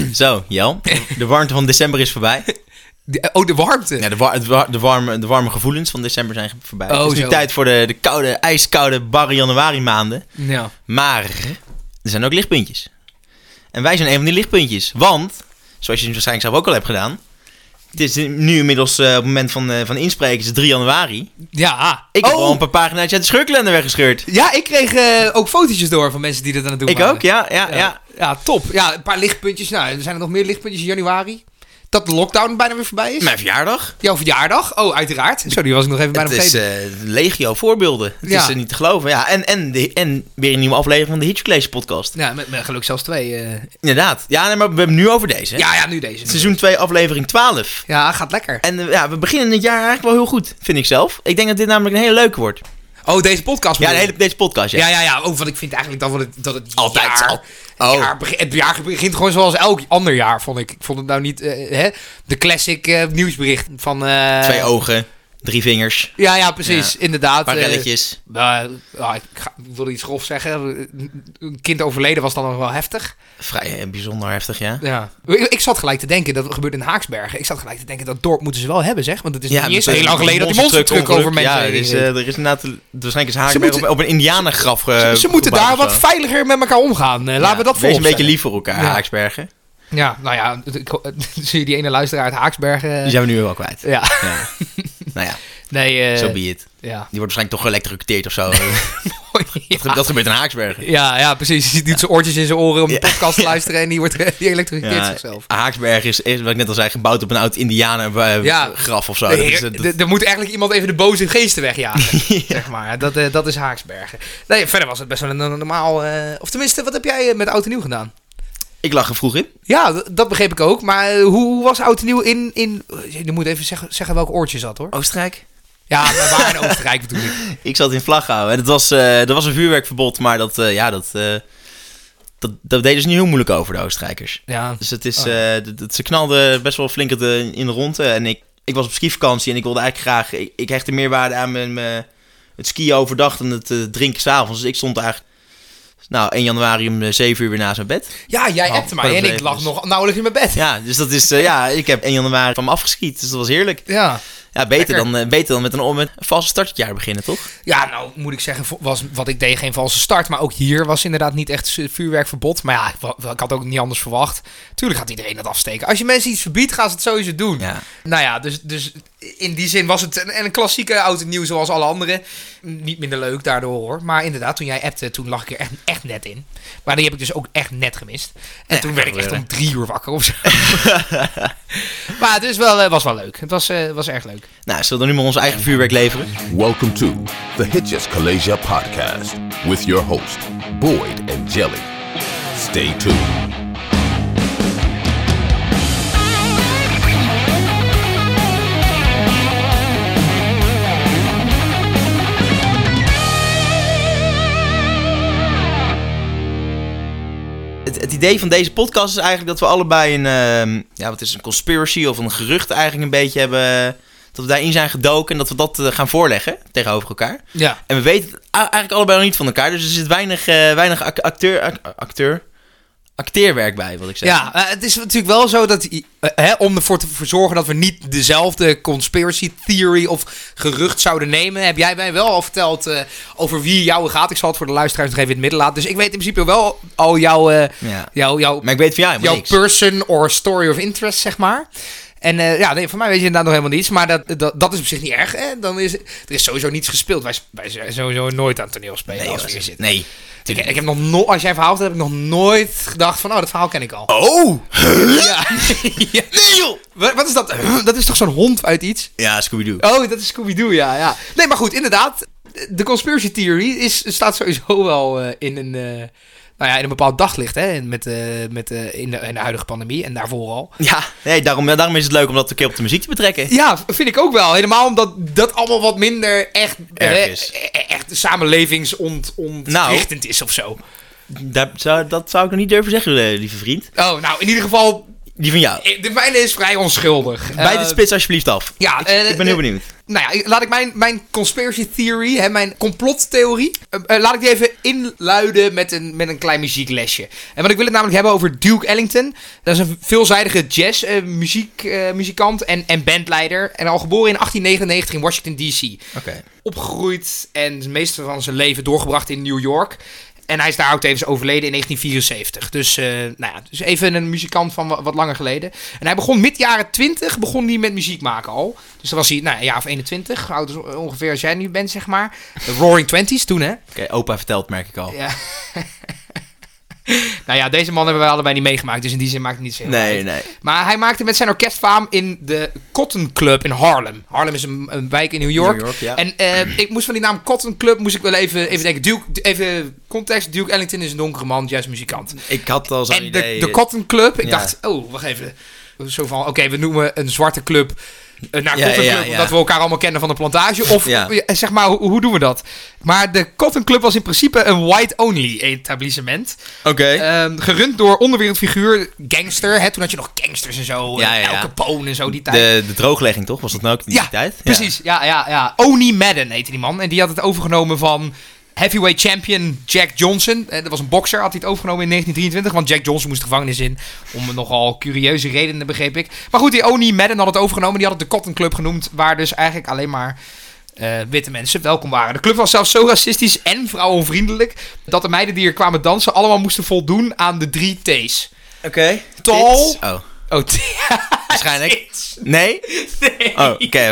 Zo, Jel. De warmte van december is voorbij. De warmte? Ja, de warme gevoelens van december zijn voorbij. Het is nu zo. tijd voor de koude, ijskoude, barre januari maanden. Ja. Maar er zijn ook lichtpuntjes. En wij zijn een van die lichtpuntjes. Want, zoals je het waarschijnlijk zelf ook al hebt gedaan... Het is nu inmiddels op het moment van inspreken, is het 3 januari. Ja. Ik heb al een paar pagina's uit de scheurkalender weggescheurd. Ja, ik kreeg ook fotootjes door van mensen die dat aan het doen Ik waren. ook, ja. Ja, top. Ja, een paar lichtpuntjes. Nou, er zijn er nog meer lichtpuntjes in januari. Dat de lockdown bijna weer voorbij is. Mijn verjaardag. Jouw verjaardag. Oh, uiteraard. Sorry, die was ik nog even bijna Het is vergeten. legio voorbeelden. Het is niet te geloven. Ja, en weer een nieuwe aflevering van de Hitch College podcast. Ja, met gelukkig zelfs 2. Inderdaad. Ja, nee, maar we hebben nu over deze. Hè? Ja, nu deze. Seizoen 2, aflevering 12. Ja, gaat lekker. En we beginnen het jaar eigenlijk wel heel goed, vind ik zelf. Ik denk dat dit namelijk een hele leuke wordt. Oh, deze podcast. Ja, deze podcast, ja. Ja. Oh, want ik vind eigenlijk dat het Altijd jaar... Oh. Het jaar begint gewoon zoals elk ander jaar, vond ik. Ik vond het nou niet... de classic nieuwsbericht van... 2 ogen, 3 vingers. Ja, precies. Ja. Inderdaad. Een paar relletjes. Ik wilde iets grofs zeggen. Een kind overleden was dan nog wel heftig. Vrij bijzonder heftig, ja. Ja. Ik zat gelijk te denken, dat gebeurt in Haaksbergen. Ik zat gelijk te denken, dat dorp moeten ze wel hebben, zeg. Want het is niet eens heel lang geleden dat die monstertruck over mensen er is inderdaad... Waarschijnlijk is Haaksbergen op een indianengraf ze moeten daar wat veiliger met elkaar omgaan. Laten we dat wees een beetje lief voor elkaar, Haaksbergen. Ja, nou ja, zie je die ene luisteraar uit Haaksbergen... Die zijn we nu wel kwijt. Ja. Nou ja, nee, so be it. Ja. Die wordt waarschijnlijk toch geëlectrocuteerd of zo. Dat gebeurt in Haaksbergen. Ja, precies. Die doet zijn oortjes in zijn oren om de podcast te luisteren en die elektrocuteert zichzelf. Haaksbergen is, wat ik net al zei, gebouwd op een oud indianengraf of zo. Er moet eigenlijk iemand even de boze geesten wegjagen, zeg maar. Dat is Haaksbergen. Nee, verder was het best wel een normaal... of tenminste, wat heb jij met Oud en Nieuw gedaan? Ik lag er vroeg in. Ja, dat begreep ik ook. Maar hoe was Oud en Nieuw in... Je moet even zeggen welk oortje zat, hoor. Oostenrijk? Ja, maar waar in Oostenrijk bedoel ik? Ik zat in Vlagau. En er was een vuurwerkverbod, maar dat deden ze niet heel moeilijk over, de Oostenrijkers. Ja. Dus het is, ze knalden best wel flink in de ronde. En ik was op skivakantie en ik wilde eigenlijk graag... Ik hechtte meerwaarde aan het skiën overdag en het drinken 's avonds. Dus ik stond eigenlijk... 1 januari om 7 uur weer naast mijn bed. Ja, jij appte mij en ik lag nog nauwelijks in mijn bed. Ja, dus dat is... ik heb 1 januari van me afgeskiet, dus dat was heerlijk. Ja. Ja, beter dan met een valse start het jaar beginnen, toch? Ja, nou moet ik zeggen, was wat ik deed geen valse start. Maar ook hier was inderdaad niet echt vuurwerkverbod. Maar ja, ik had ook niet anders verwacht. Tuurlijk gaat iedereen dat afsteken. Als je mensen iets verbiedt, gaan ze het sowieso doen. Ja. Nou ja, dus in die zin was het een klassieke Oud en Nieuw zoals alle anderen. Niet minder leuk daardoor, hoor. Maar inderdaad, toen jij appte, toen lag ik er echt net in. Maar die heb ik dus ook echt net gemist. En toen werd ik echt om 3 uur wakker of zo. Maar het was wel leuk. Het was erg leuk. Nou, zullen we dan nu maar onze eigen vuurwerk leveren? Welcome to the Hitches Collegia podcast with your host, Boyd and Jelly. Stay tuned. Het idee van deze podcast is eigenlijk dat we allebei een conspiracy of een gerucht eigenlijk een beetje hebben... Dat we daarin zijn gedoken en dat we dat gaan voorleggen tegenover elkaar. Ja. En we weten het eigenlijk allebei nog niet van elkaar. Dus er zit weinig acteerwerk bij, wil ik zeggen. Ja, het is natuurlijk wel zo dat... om ervoor te zorgen dat we niet dezelfde conspiracy theory of gerucht zouden nemen... heb jij mij wel al verteld over wie jou gaat. Ik zal het voor de luisteraars nog even in het midden laten. Dus ik weet in principe wel al jouw maar ik weet van jou jouw person or story of interest, zeg maar. En voor mij weet je inderdaad nog helemaal niets. Maar dat is op zich niet erg. Hè? Er is sowieso niets gespeeld. Wij zijn sowieso nooit aan toneel spelen als we hier zitten. Nee. Ik heb nog nooit, als jij een verhaal hebt, heb ik nog nooit gedacht van... dat verhaal ken ik al. Oh! Ja. Nee, joh! Wat is dat? Dat is toch zo'n hond uit iets? Ja, Scooby-Doo. Oh, dat is Scooby-Doo, ja. Nee, maar goed, inderdaad. De conspiracy theory staat sowieso wel in een bepaald daglicht, hè, in de huidige pandemie en daarvoor al. Ja, nee, daarom is het leuk om dat een keer op de muziek te betrekken. Ja, vind ik ook wel. Helemaal omdat dat allemaal wat minder echt samenlevingsontwrichtend is of zo. Dat zou ik nog niet durven zeggen, lieve vriend. Oh, nou, in ieder geval... Die van jou. De mijne is vrij onschuldig. Bijt het spits alsjeblieft af. Ja, ik ben heel benieuwd. Nou ja, laat ik mijn conspiracy theory, mijn complottheorie, laat ik die even inluiden met een klein muzieklesje. En want ik wil het namelijk hebben over Duke Ellington. Dat is een veelzijdige jazzmuzikant en bandleider. En al geboren in 1899 in Washington D.C. Okay. Opgegroeid en het meeste van zijn leven doorgebracht in New York. En hij is daar ook tevens overleden in 1974. Dus, dus even een muzikant van wat langer geleden. En hij begon mid jaren 20 met muziek maken al. Dus dan was hij een jaar of 21. Oud ongeveer als jij nu bent, zeg maar. De Roaring Twenties toen, hè? Oké, opa vertelt, merk ik al. Ja. Nou ja, deze man hebben wij allebei niet meegemaakt. Dus in die zin maakt het niet zo heel uit. Nee. Maar hij maakte met zijn orkest faam in de Cotton Club in Harlem. Harlem is een wijk in New York. Ja. En ik moest van die naam Cotton Club wel even denken. Even context. Duke Ellington is een donkere man, jazzmuzikant. Ik had al zo'n idee. En de Cotton Club. Ik dacht, wacht even. Zo van, oké, we noemen een zwarte club naar Cotton Club, omdat we elkaar allemaal kennen van de plantage. Of zeg maar, hoe doen we dat? Maar de Cotton Club was in principe een white-only etablissement. Oké. Gerund door onderwereldfiguur, gangster. Hè? Toen had je nog gangsters en zo. El Capone en zo die tijd. De drooglegging toch? Was dat nou ook die tijd? Precies. Ja. Oni Madden heette die man. En die had het overgenomen van heavyweight champion Jack Johnson. Dat was een bokser, had hij het overgenomen in 1923. Want Jack Johnson moest de gevangenis in. Om nogal curieuze redenen, begreep ik. Maar goed, die Oni Madden had het overgenomen. Die had het de Cotton Club genoemd. Waar dus eigenlijk alleen maar witte mensen welkom waren. De club was zelfs zo racistisch en vrouwenvriendelijk dat de meiden die er kwamen dansen allemaal moesten voldoen aan de 3 T's. Oké. Tall. Waarschijnlijk. Nee? Oh, oké.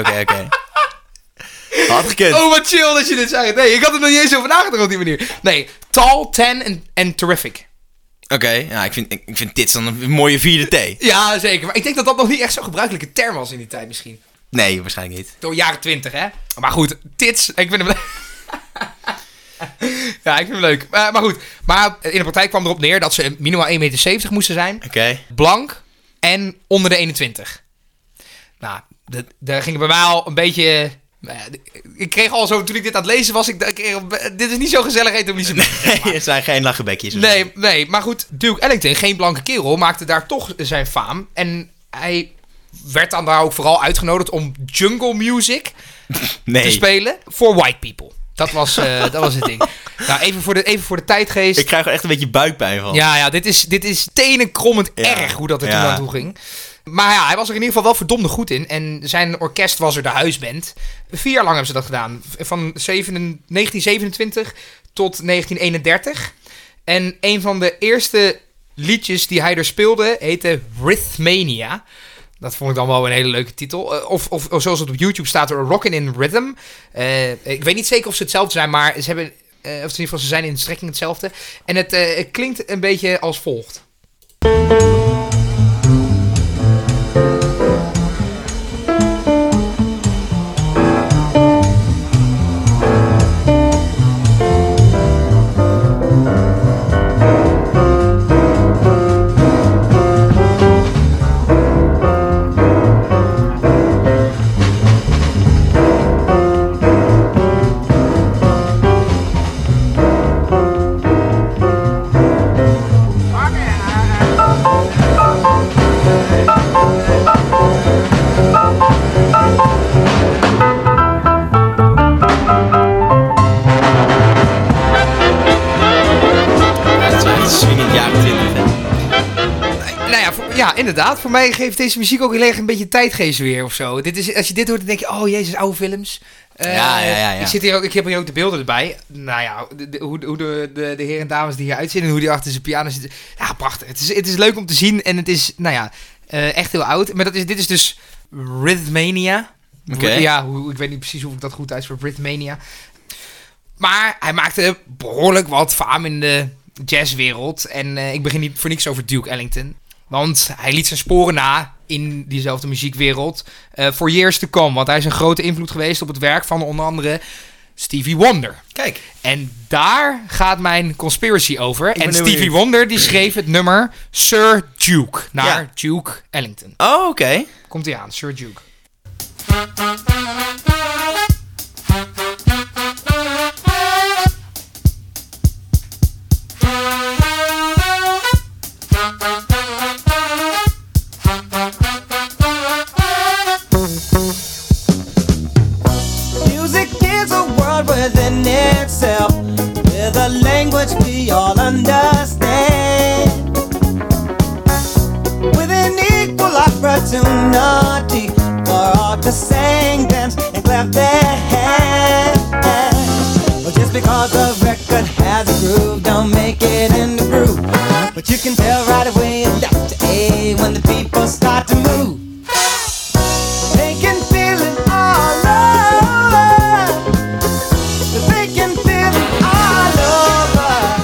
Had gekund. Oh, wat chill dat je dit zei. Nee, ik had er nog niet eens over nagedacht op die manier. Nee, tall, tan en terrific. Oké, ik vind dit dan een mooie 4e T. Ja, zeker. Maar ik denk dat dat nog niet echt zo'n gebruikelijke term was in die tijd misschien. Nee, waarschijnlijk niet. Door jaren 20, hè? Maar goed, tits, ik vind hem... Ja, ik vind hem leuk. Maar goed, maar in de praktijk kwam erop neer dat ze minimaal 1,70 meter moesten zijn. Oké. Blank en onder de 21. Nou, daar ging bij mij al een beetje... Ik kreeg al zo, toen ik dit aan het lezen was, dit is niet zo gezellig etablissement. Nee, het zijn geen lachenbekjes. Nee, maar goed, Duke Ellington, geen blanke kerel, maakte daar toch zijn faam. En hij werd dan daar ook vooral uitgenodigd om jungle music te spelen voor white people. Dat was het ding. Nou, even voor de tijdgeest. Ik krijg er echt een beetje buikpijn van. Ja, dit is tenenkrommend erg hoe dat er toen aan toe ging. Maar ja, hij was er in ieder geval wel verdomde goed in. En zijn orkest was er de huisband. 4 jaar lang hebben ze dat gedaan. Van 1927 tot 1931. En een van de eerste liedjes die hij er speelde heette Rhythmania. Dat vond ik dan wel een hele leuke titel. Of zoals het op YouTube staat, Rockin' in Rhythm. Ik weet niet zeker of ze hetzelfde zijn, maar ze hebben... of in ieder geval, ze zijn in de strekking hetzelfde. En het klinkt een beetje als volgt. Ja, inderdaad. Voor mij geeft deze muziek ook heel erg een beetje tijdgeest weer of zo. Als je dit hoort, dan denk je, oh jezus, oude films. Ja. Ik heb hier ook de beelden erbij. Nou ja, hoe de heren en dames die hier uitzitten en hoe die achter zijn piano zitten. Ja, prachtig. Het is leuk om te zien en het is, echt heel oud. Maar dit is dus Rhythmania. Okay. Ja, ik weet niet precies hoe ik dat goed uitspreek. Rhythmania. Maar hij maakte behoorlijk wat faam in de jazzwereld. En ik begin niet voor niks over Duke Ellington. Want hij liet zijn sporen na in diezelfde muziekwereld for years to come. Want hij is een grote invloed geweest op het werk van onder andere Stevie Wonder. Kijk. En daar gaat mijn conspiracy over. En Stevie Wonder die schreef het nummer Sir Duke naar Duke Ellington. Oh, oké. Komt hij aan, Sir Duke. too naughty for all to sing, dance, and clap their hands. Well, just because the record has a groove, don't make it in the groove. But you can tell right away left to A when the people start to move. They can feel it all over. They can feel it all over.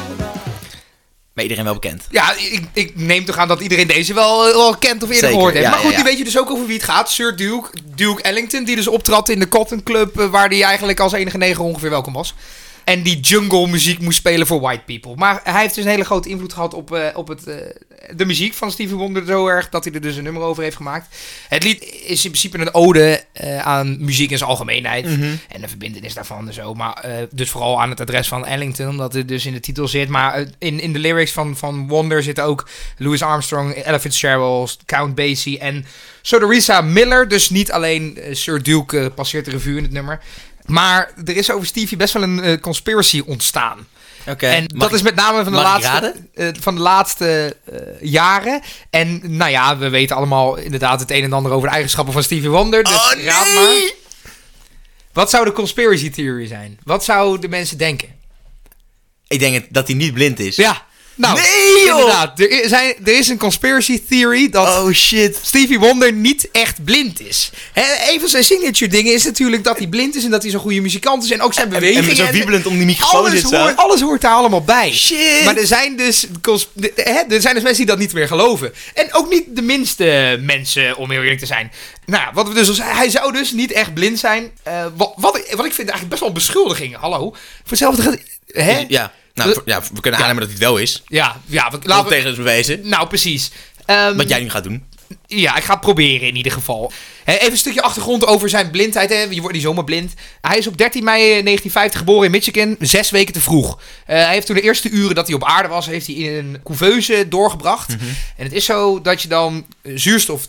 Bij iedereen wel bekend. Ja, ik neem toch aan dat iedereen deze wel kent of eerder gehoord heeft. Ja, maar goed, ja. die weet je dus ook over wie het gaat. Sir Duke Ellington, die dus optrad in de Cotton Club, waar hij eigenlijk als enige neger ongeveer welkom was. En die jungle muziek moest spelen voor white people. Maar hij heeft dus een hele grote invloed gehad op de muziek van Stevie Wonder. Zo erg dat hij er dus een nummer over heeft gemaakt. Het lied is in principe een ode aan muziek in zijn algemeenheid. Mm-hmm. En de verbintenis daarvan en zo. Maar dus vooral aan het adres van Ellington. Omdat het dus in de titel zit. Maar in de lyrics van Wonder zitten ook Louis Armstrong, Ella Fitzgerald, Count Basie en Theresa Miller. Dus niet alleen Sir Duke passeert de revue in het nummer. Maar er is over Stevie best wel een conspiracy ontstaan. Okay. En dat is met name van de laatste jaren. En nou ja, we weten allemaal inderdaad het een en ander over de eigenschappen van Stevie Wonder. Dus raad maar. Wat zou de conspiracy theory zijn? Wat zouden de mensen denken? Ik denk dat hij niet blind is. Ja. Nou, nee, joh! Inderdaad. Er is een conspiracy theory dat Stevie Wonder niet echt blind is. Een van zijn signature dingen is natuurlijk dat hij blind is en dat hij zo'n goede muzikant is. En ook zijn bewegingen. En zo wiebelend om die microfoon zit zo. Alles hoort daar allemaal bij. Shit! Maar er zijn dus mensen die dat niet meer geloven. En ook niet de minste mensen, om heel eerlijk te zijn. Nou, wat we dus hij zou dus niet echt blind zijn. Wat ik vind eigenlijk best wel een beschuldiging. Hallo? Voor hetzelfde gaat... Hè? Ja. Nou, we kunnen aannemen dat hij het wel is. Ja, laten we tegen ons bewijzen. Nou, precies. Wat jij nu gaat doen. Ja, ik ga het proberen in ieder geval. Even een stukje achtergrond over zijn blindheid. Je wordt niet zomaar blind. Hij is op 13 mei 1950 geboren in Michigan. 6 weken te vroeg. Hij heeft toen de eerste uren dat hij op aarde was, heeft hij in een couveuse doorgebracht. Mm-hmm. En het is zo dat je dan zuurstof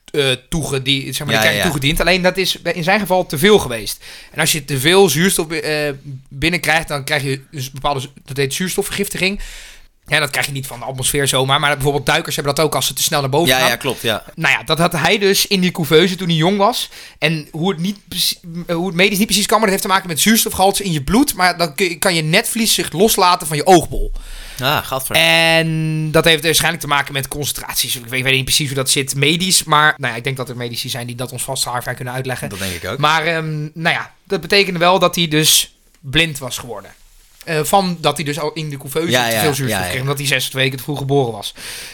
toegediend. Alleen dat is in zijn geval te veel geweest. En als je te veel zuurstof binnenkrijgt, dan krijg je dus bepaalde, dat heet zuurstofvergiftiging. Ja, dat krijg je niet van de atmosfeer zomaar. Maar bijvoorbeeld duikers hebben dat ook als ze te snel naar boven gaan. Ja, klopt, ja. Nou ja, dat had hij dus in die couveuse toen hij jong was. En hoe het medisch niet precies kan, maar dat heeft te maken met zuurstofgehalte in je bloed. Maar dan kan je netvlies zich loslaten van je oogbol. Gadver. En dat heeft waarschijnlijk te maken met concentraties. Ik weet niet precies hoe dat zit medisch. Maar nou ja, ik denk dat er medici zijn die dat ons vast haarfijn kunnen uitleggen. Dat denk ik ook. Maar nou ja, dat betekende wel dat hij dus blind was geworden. Van dat hij dus al in de couveuse te veel zuurstof kreeg. Omdat hij 6 weken te vroeg geboren was.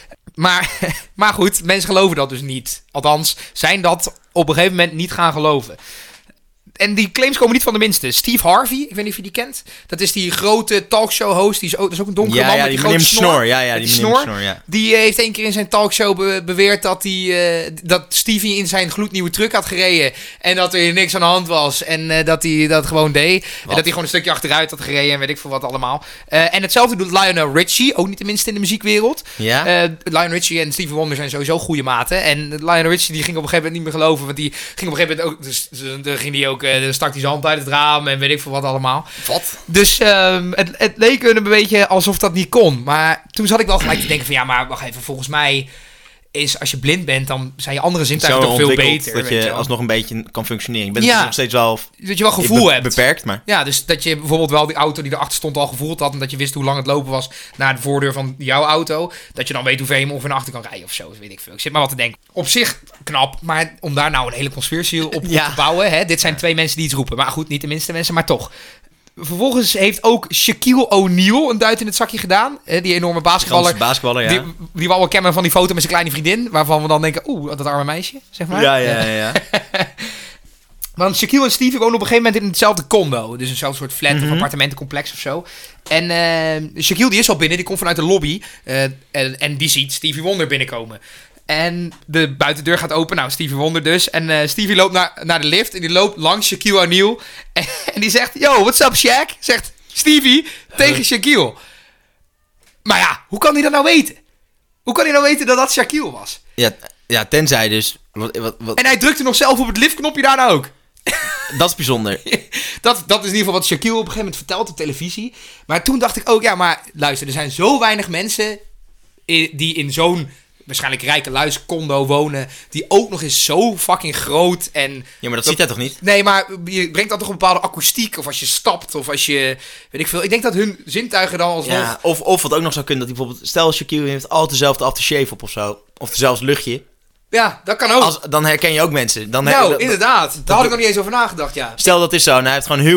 Maar goed, mensen geloven dat dus niet. Althans, zijn dat op een gegeven moment niet gaan geloven. En die claims komen niet van de minste. Steve Harvey, ik weet niet of je die kent. Dat is die grote talkshow-host. Dat is ook een donkere man met die grote snor. Die snor. Die heeft 1 keer in zijn talkshow beweerd dat Stevie in zijn gloednieuwe truck had gereden. En dat er niks aan de hand was. En dat hij dat gewoon deed. Wat? En dat hij gewoon een stukje achteruit had gereden en weet ik veel wat allemaal. En hetzelfde doet Lionel Richie. Ook niet de minste in de muziekwereld. Ja. Lionel Richie en Stevie Wonder zijn sowieso goede maten. En Lionel Richie die ging op een gegeven moment niet meer geloven. Want die ging op een gegeven moment ook... Dus dan ging die ook... Dan stak hij zijn hand uit het raam en weet ik veel wat allemaal. Wat? Dus het leek een beetje alsof dat niet kon. Maar toen zat ik wel gelijk te denken van... Ja, maar wacht even, volgens mij is als je blind bent... dan zijn je andere zintuigen toch veel beter. Dat je alsnog een beetje kan functioneren. Je bent nog steeds wel... Dat je wel gevoel hebt. Beperkt, maar... Ja, dus dat je bijvoorbeeld wel die auto die erachter stond al gevoeld had... en dat je wist hoe lang het lopen was naar de voordeur van jouw auto. Dat je dan weet hoeveel je hem over naar achter kan rijden of zo. Dat weet ik veel. Ik zit maar wat te denken. Op zich knap, maar om daar nou een hele conspiracy op te bouwen... Hè, dit zijn 2 mensen die iets roepen. Maar goed, niet de minste mensen, maar toch... Vervolgens heeft ook Shaquille O'Neal een duit in het zakje gedaan. Die enorme basketballer. Ja. Die we al kennen van die foto met zijn kleine vriendin. Waarvan we dan denken, dat arme meisje, zeg maar. Ja. Want Shaquille en Stevie wonen op een gegeven moment in hetzelfde condo. Dus eenzelfde soort flat of appartementencomplex of zo. En Shaquille die is al binnen, die komt vanuit de lobby. En die ziet Stevie Wonder binnenkomen. En de buitendeur gaat open. Nou, Stevie Wonder dus. En Stevie loopt naar de lift. En die loopt langs Shaquille O'Neal. En die zegt... Yo, what's up, Shaq? Zegt Stevie tegen Shaquille. Maar ja, hoe kan hij dat nou weten? Hoe kan hij nou weten dat dat Shaquille was? Ja, tenzij dus... Wat... En hij drukte nog zelf op het liftknopje daar nou ook. Dat is bijzonder. Dat is in ieder geval wat Shaquille op een gegeven moment vertelt op televisie. Maar toen dacht ik ook... Ja, maar luister, er zijn zo weinig mensen... die in zo'n waarschijnlijk rijke luis condo wonen, die ook nog eens zo fucking groot en... Ja, maar dat ziet hij toch niet? Nee, maar je brengt dan toch een bepaalde akoestiek, of als je stapt, of als je, weet ik veel. Ik denk dat hun zintuigen dan alsnog... Ja, of wat ook nog zou kunnen, dat hij bijvoorbeeld, stel Shaquille heeft altijd dezelfde aftershave op of zo, of dezelfde luchtje. Ja, dat kan ook. Dan herken je ook mensen. Inderdaad. Daar had ik nog niet eens over nagedacht, ja. Stel dat is zo, en hij heeft gewoon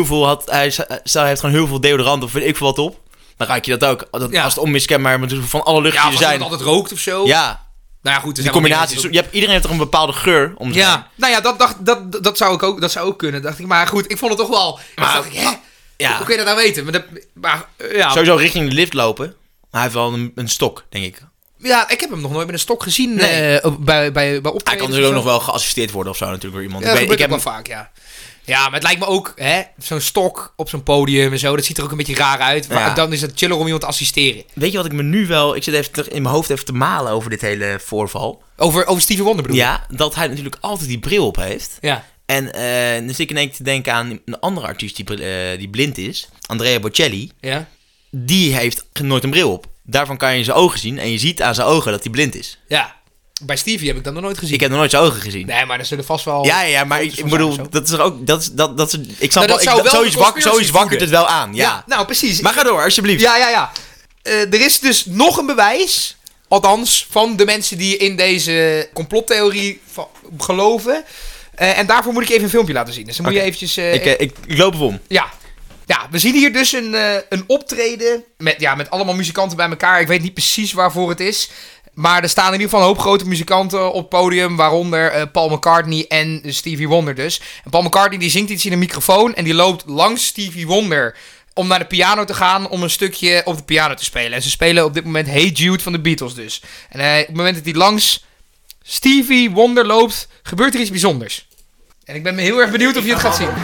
heel veel deodorant of weet ik veel wat op. Dan ruik je dat ook. Als het onmiskenbaar van alle luchtjes zijn. Ja, als het altijd rookt of zo. Ja. Nou ja, goed. Die combinaties. Iedereen heeft toch een bepaalde geur om zich heen. Nou ja, dat zou ook kunnen, dacht ik. Maar goed, ik vond het toch wel... dacht ik, hè? Ja. Hoe kun je dat nou weten? Sowieso richting de lift lopen. Maar hij heeft wel een stok, denk ik. Ja, ik heb hem nog nooit met een stok gezien bij optreden. Hij kan dus ook nog wel geassisteerd worden of zo natuurlijk door iemand. Ja, ik heb hem vaak, ja. Ja, maar het lijkt me ook, zo'n stok op zo'n podium en zo, dat ziet er ook een beetje raar uit. Maar dan is het chiller om iemand te assisteren. Weet je wat ik me nu wel... Ik zit even in mijn hoofd even te malen over dit hele voorval. Over Stevie Wonder bedoel je? Ja, dat hij natuurlijk altijd die bril op heeft. Ja. En dan zit ik in één keer te denken aan een andere artiest die blind is. Andrea Bocelli. Ja. Die heeft nooit een bril op. Daarvan kan je zijn ogen zien en je ziet aan zijn ogen dat hij blind is. Ja. Bij Stevie heb ik dat nog nooit gezien. Ik heb nog nooit zijn ogen gezien. Nee, maar er zullen vast wel... Ja, maar ik bedoel, dat is er ook... Ik snap wel... Zoiets wakkert het wel aan, ja. Nou, precies. Maar ga door, alsjeblieft. Ja. Er is dus nog een bewijs, althans van de mensen die in deze complottheorie geloven. En daarvoor moet ik even een filmpje laten zien. Dus dan moet je eventjes... Ik loop even om. Ja, we zien hier dus een optreden met allemaal muzikanten bij elkaar. Ik weet niet precies waarvoor het is. Maar er staan in ieder geval een hoop grote muzikanten op het podium. Waaronder Paul McCartney en Stevie Wonder dus. En Paul McCartney die zingt iets in een microfoon. En die loopt langs Stevie Wonder om naar de piano te gaan. Om een stukje op de piano te spelen. En ze spelen op dit moment Hey Jude van de Beatles dus. En op het moment dat hij langs Stevie Wonder loopt, gebeurt er iets bijzonders. En ik ben heel erg benieuwd of je het gaat zien.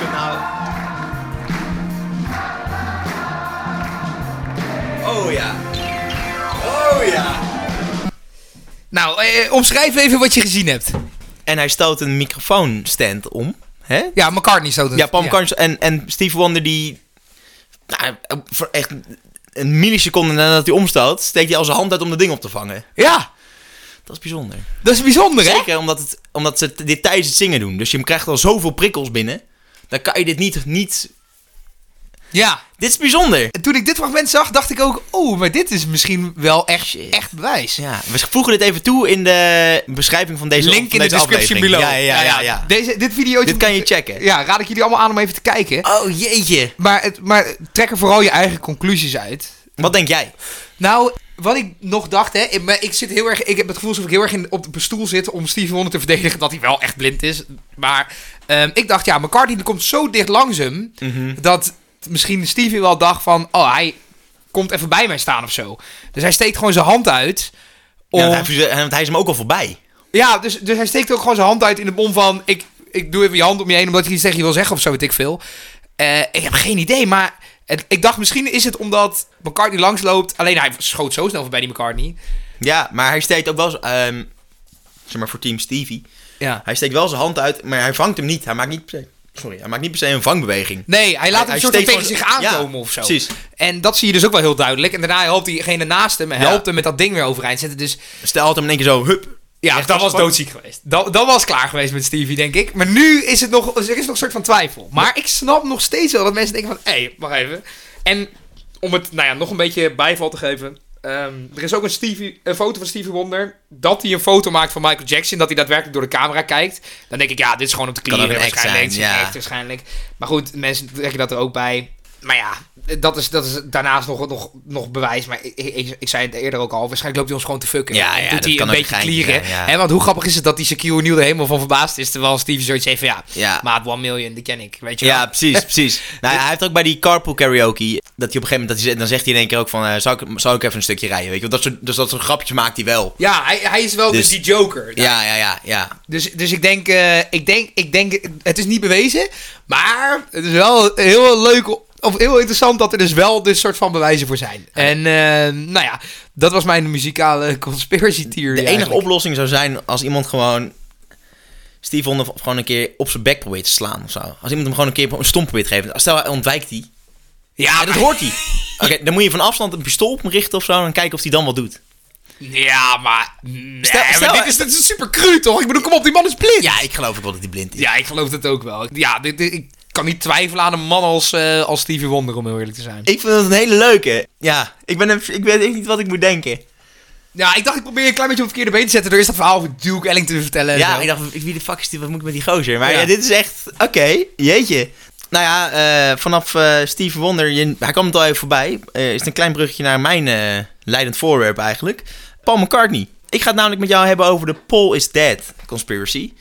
Oh ja. Nou, omschrijf even wat je gezien hebt. En hij stoot een microfoonstand om. Hè? Ja, McCartney stoot het. Ja, Paul McCartney en Stevie Wonder die... Nou, voor echt een milliseconde nadat hij omstoot, steekt hij al zijn hand uit om dat ding op te vangen. Ja. Dat is bijzonder. Dat is bijzonder, hè? Zeker omdat ze dit tijdens het zingen doen. Dus je krijgt al zoveel prikkels binnen. Dan kan je dit niet... Ja. Dit is bijzonder. En toen ik dit fragment zag, dacht ik ook... Oh, maar dit is misschien wel echt bewijs. Ja, we voegen dit even toe in de beschrijving van deze link in de description below. Ja. Dit kan je checken. Ja, raad ik jullie allemaal aan om even te kijken. Oh, jeetje. Maar trek er vooral je eigen conclusies uit. Wat denk jij? Nou, wat ik nog dacht, ik heb het gevoel alsof ik heel erg op de stoel zit om Stevie Wonder te verdedigen dat hij wel echt blind is. Maar ik dacht, McCartney komt zo dicht langs hem, dat misschien Stevie wel dacht van, oh, hij komt even bij mij staan of zo. Dus hij steekt gewoon zijn hand uit. Ja, want hij is hem ook al voorbij. Ja, dus hij steekt ook gewoon zijn hand uit in de bom van, ik doe even je hand om je heen omdat hij iets tegen je wil zeggen of zo, weet ik veel. Ik heb geen idee, maar ik dacht misschien is het omdat McCartney langsloopt. Alleen hij schoot zo snel voorbij die McCartney. Ja, maar hij steekt ook wel, zeg maar voor team Stevie. Ja. Hij steekt wel zijn hand uit, maar hij vangt hem niet. Hij maakt niet per se een vangbeweging. Nee, hij laat hem soort van tegen zich aankomen of zo. Precies. En dat zie je dus ook wel heel duidelijk. En daarna helpt diegene naast hem en helpt hem met dat ding weer overeind zetten. Dus stel had hem in één keer zo, hup. Ja, dat was doodziek geweest. Dat was klaar geweest met Stevie, denk ik. Maar nu is er is nog een soort van twijfel. Maar ik snap nog steeds wel dat mensen denken van, hé, wacht even. En om het nog een beetje bijval te geven. Er is ook een foto van Stevie Wonder. Dat hij een foto maakt van Michael Jackson. Dat hij daadwerkelijk door de camera kijkt. Dan denk ik, dit is gewoon op de klieren waarschijnlijk. Echt waarschijnlijk. Maar goed, mensen trekken dat er ook bij. Maar ja, dat is daarnaast nog bewijs. Maar ik zei het eerder ook al. Waarschijnlijk loopt hij ons gewoon te fucken. Ja, doet hij een beetje klieren. Ja. Want hoe grappig is het dat die Shaquille O'Neal er helemaal van verbaasd is. Terwijl Stevie zoiets heeft van maat 1 million, die ken ik. Weet je wel? Ja, precies. Nou, hij heeft ook bij die carpool karaoke. Dat hij op een gegeven moment, dan zegt hij in één keer ook van, zou ik even een stukje rijden, weet je wel? Dat soort grapjes maakt hij wel. Ja, hij is wel dus die joker. Ja. Dus ik denk, het is niet bewezen. Maar het is wel heel leuk of heel interessant dat er dus wel dit soort van bewijzen voor zijn. En dat was mijn muzikale conspiracy theory. De enige oplossing zou zijn als iemand gewoon Stevie Wonder gewoon een keer op zijn bek probeert te slaan of zo. Als iemand hem gewoon een keer een stomp probeert te geven. Stel, hij ontwijkt die. Ja, dat hoort hij. Oké, dan moet je van afstand een pistool op hem richten of zo en kijken of hij dan wat doet. Ja, maar... Stel, dit is super cru, toch? Ik bedoel, kom op, die man is blind. Ja, ik geloof ook wel dat hij blind is. Ja, ik geloof het ook wel. Ja, ik kan niet twijfelen aan een man als Stevie Wonder, om heel eerlijk te zijn. Ik vind dat een hele leuke. Ja, ik weet echt niet wat ik moet denken. Ja, ik dacht, ik probeer een klein beetje op het verkeerde been te zetten. Er is dat verhaal over Duke Ellington te vertellen. Ja, ik dacht, wie de fuck is dit? Wat moet ik met die gozer? Maar ja, dit is echt... Oké, jeetje. Nou ja, vanaf Stevie Wonder, hij kwam het al even voorbij. Is het een klein bruggetje naar mijn leidend voorwerp eigenlijk. Paul McCartney. Ik ga het namelijk met jou hebben over de Paul is Dead conspiracy.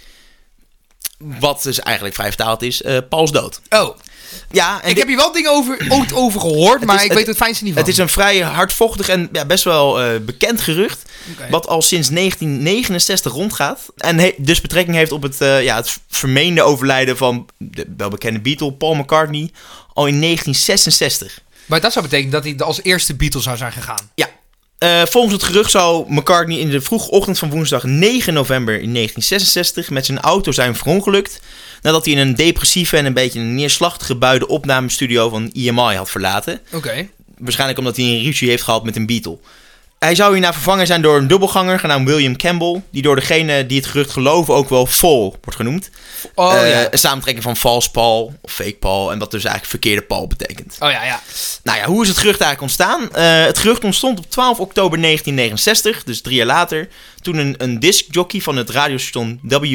Wat dus eigenlijk vrij vertaald is, Paul is dood. Oh. Ja, en ik heb hier wel dingen over gehoord, maar ik weet het fijnste niet van. Het is een vrij hardvochtig en best wel bekend gerucht. Okay. Wat al sinds 1969 rondgaat. En dus betrekking heeft op het vermeende overlijden van de welbekende Beatle Paul McCartney al in 1966. Maar dat zou betekenen dat hij als eerste Beatle zou zijn gegaan? Ja. Volgens het gerucht zou McCartney in de vroege ochtend van woensdag 9 november in 1966 met zijn auto zijn verongelukt, nadat hij in een depressieve en een beetje een neerslachtige bui de opnamestudio van EMI had verlaten. Oké. Waarschijnlijk omdat hij een ruzie heeft gehad met een Beatle. Hij zou hierna vervangen zijn door een dubbelganger genaamd William Campbell, die door degene die het gerucht geloven ook wel Paul wordt genoemd. Een samentrekking van false Paul of fake Paul en wat dus eigenlijk verkeerde Paul betekent. Oh ja, ja. Nou ja, hoe is het gerucht eigenlijk ontstaan? Het gerucht ontstond op 12 oktober 1969, dus 3 jaar later, toen een discjockey van het radiostation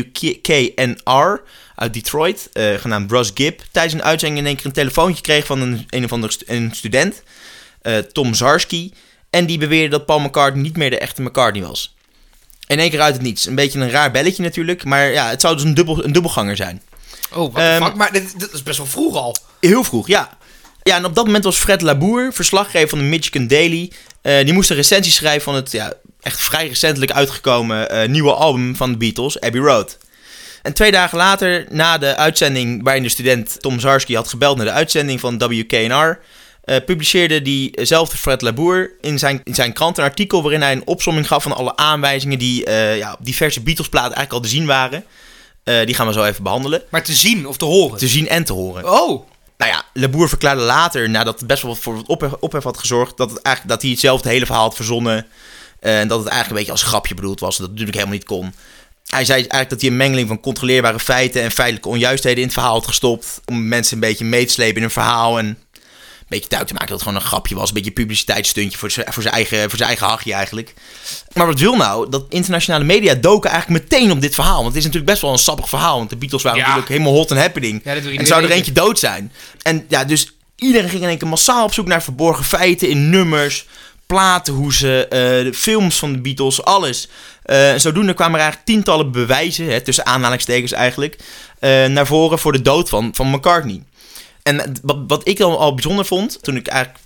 WKNR uit Detroit, genaamd Russ Gibb, tijdens een uitzending in één keer een telefoontje kreeg van een student, Tom Zarsky. En die beweerde dat Paul McCartney niet meer de echte McCartney was. In één keer uit het niets. Een beetje een raar belletje natuurlijk. Maar ja, het zou dus een dubbelganger zijn. Oh, wat fuck. Maar dit is best wel vroeg al. Heel vroeg, ja. Ja, en op dat moment was Fred Labour, verslaggever van de Michigan Daily. Die moest een recensie schrijven van het echt vrij recentelijk uitgekomen nieuwe album van de Beatles, Abbey Road. En 2 dagen later, na de uitzending waarin de student Tom Zarsky had gebeld naar de uitzending van WKNR, publiceerde diezelfde Fred Labour in zijn krant een artikel waarin hij een opsomming gaf van alle aanwijzingen die op diverse Beatles-platen eigenlijk al te zien waren. Die gaan we zo even behandelen. Maar te zien of te horen? Te zien en te horen. Oh! Nou ja, Labour verklaarde later, nadat het best wel voor wat ophef had gezorgd, dat hij hetzelfde hele verhaal had verzonnen. En dat het eigenlijk een beetje als grapje bedoeld was. Dat het natuurlijk helemaal niet kon. Hij zei eigenlijk dat hij een mengeling van controleerbare feiten en feitelijke onjuistheden in het verhaal had gestopt. Om mensen een beetje mee te slepen in een verhaal en een beetje duidelijk te maken dat het gewoon een grapje was. Een beetje een publiciteitsstuntje voor zijn eigen hachje eigenlijk. Maar wat wil nou? Dat internationale media doken eigenlijk meteen op dit verhaal. Want het is natuurlijk best wel een sappig verhaal. Want de Beatles waren natuurlijk helemaal hot and happening. Ja, en zou er eentje dood zijn. En ja, dus iedereen ging in één keer massaal op zoek naar verborgen feiten in nummers, platenhoezen, de films van de Beatles, alles. Zodoende kwamen er eigenlijk tientallen bewijzen, tussen aanhalingstekens eigenlijk, naar voren voor de dood van McCartney. En wat ik dan al bijzonder vond, toen ik eigenlijk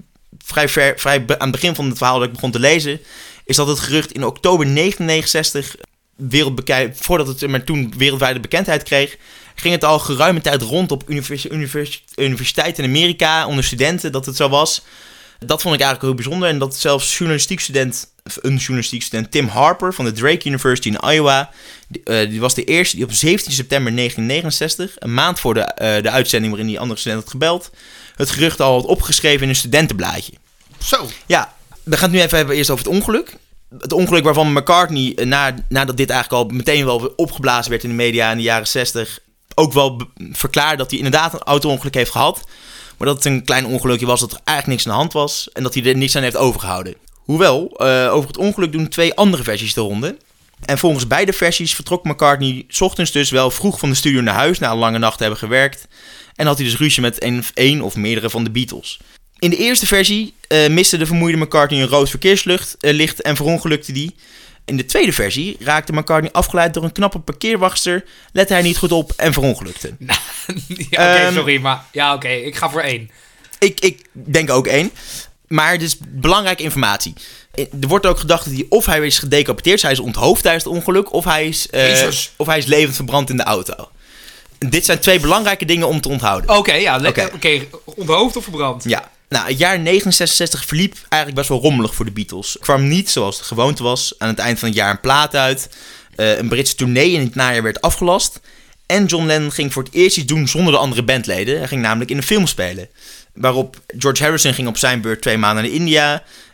vrij aan het begin van het verhaal dat ik begon te lezen, is dat het gerucht in oktober 1969 voordat het maar toen wereldwijde bekendheid kreeg, ging het al geruime tijd rond op universiteiten in Amerika onder studenten dat het zo was. Dat vond ik eigenlijk heel bijzonder. En dat zelfs een journalistiek student Tim Harper van de Drake University in Iowa, die was de eerste die op 17 september 1969, een maand voor de uitzending waarin die andere student had gebeld, het gerucht al had opgeschreven in een studentenblaadje. Zo. Ja, we gaan het nu even hebben eerst over het ongeluk. Het ongeluk waarvan McCartney, nadat dit eigenlijk al meteen wel opgeblazen werd in de media in de jaren 60, ook wel verklaarde dat hij inderdaad een auto-ongeluk heeft gehad. Maar dat het een klein ongelukje was, dat er eigenlijk niks aan de hand was en dat hij er niks aan heeft overgehouden. Hoewel, over het ongeluk doen 2 andere versies de ronde. En volgens beide versies vertrok McCartney 's ochtends dus wel vroeg van de studio naar huis na een lange nacht te hebben gewerkt. En had hij dus ruzie met een of meerdere van de Beatles. In de eerste versie miste de vermoeide McCartney een rood verkeerslicht en verongelukte die. In de tweede versie raakte McCartney afgeleid door een knappe parkeerwachtster, lette hij niet goed op en verongelukte. Ja, sorry, maar ja, ik ga voor 1. Ik denk ook 1. Maar het is belangrijke informatie. Er wordt ook gedacht dat hij is gedecapiteerd, hij is onthoofd tijdens het ongeluk, of hij is levend verbrand in de auto. Dit zijn 2 belangrijke dingen om te onthouden. Oké, onthoofd of verbrand? Ja. Nou, het jaar 1966 verliep eigenlijk best wel rommelig voor de Beatles. Er kwam niet, zoals de gewoonte was, aan het eind van het jaar een plaat uit. Een Britse tournee in het najaar werd afgelast. En John Lennon ging voor het eerst iets doen zonder de andere bandleden. Hij ging namelijk in een film spelen. Waarop George Harrison ging op zijn beurt 2 maanden naar India.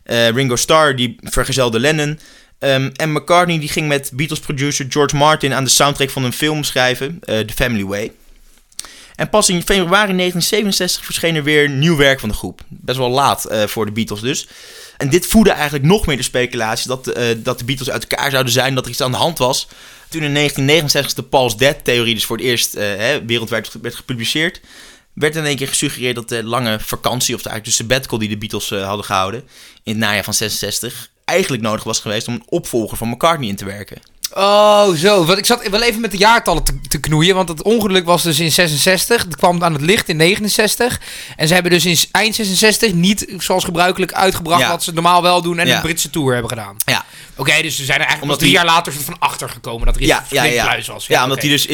Ringo Starr die vergezelde Lennon. En McCartney die ging met Beatles-producer George Martin aan de soundtrack van een film schrijven, The Family Way. En pas in februari 1967 verscheen er weer nieuw werk van de groep. Best wel laat voor de Beatles dus. En dit voedde eigenlijk nog meer de speculatie dat de Beatles uit elkaar zouden zijn, dat er iets aan de hand was. Toen in 1969 de Paul's Dead-theorie dus voor het eerst wereldwijd werd gepubliceerd, werd in één keer gesuggereerd dat de lange vakantie, of eigenlijk de sabbatical die de Beatles hadden gehouden in het najaar van 66, eigenlijk nodig was geweest om een opvolger van McCartney in te werken. Oh, zo. Want ik zat wel even met de jaartallen te knoeien. Want het ongeluk was dus in 66. Het kwam aan het licht in 69. En ze hebben dus in eind 66 niet zoals gebruikelijk uitgebracht wat ze normaal wel doen en een Britse tour hebben gedaan. Ja. Oké, dus ze zijn er eigenlijk 3 jaar later van achter gekomen dat er iets pluis was. Ja, omdat hij dus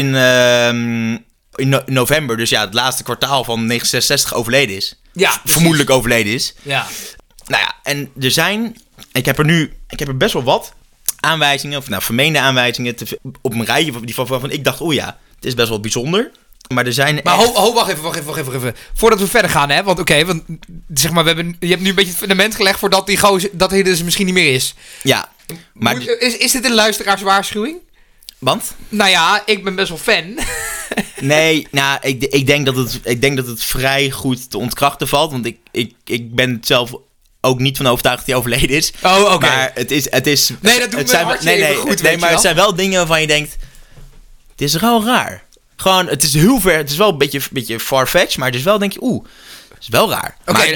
in november, dus het laatste kwartaal van 1966 overleden is. Ja, vermoedelijk overleden is. Ja. Nou ja, en er zijn... Ik heb er best wel wat aanwijzingen, of vermeende aanwijzingen op een rijtje waarvan ik dacht, het is best wel bijzonder. Maar er zijn wacht even. Voordat we verder gaan, hè. Want zeg maar, je hebt nu een beetje het fundament gelegd voordat dat hij dus misschien niet meer is. Ja. Maar is dit een luisteraarswaarschuwing? Want? Nou ja, ik ben best wel fan. Nee, ik denk dat het vrij goed te ontkrachten valt. Want ik ben zelf ook niet van overtuigd dat hij overleden is. Oh, oké. Maar het is... Nee, dat doet me goed. Nee, maar het zijn wel dingen waarvan je denkt, het is wel raar. Gewoon, het is heel ver. Het is wel een beetje far-fetched, maar het is wel, denk je, het is wel raar.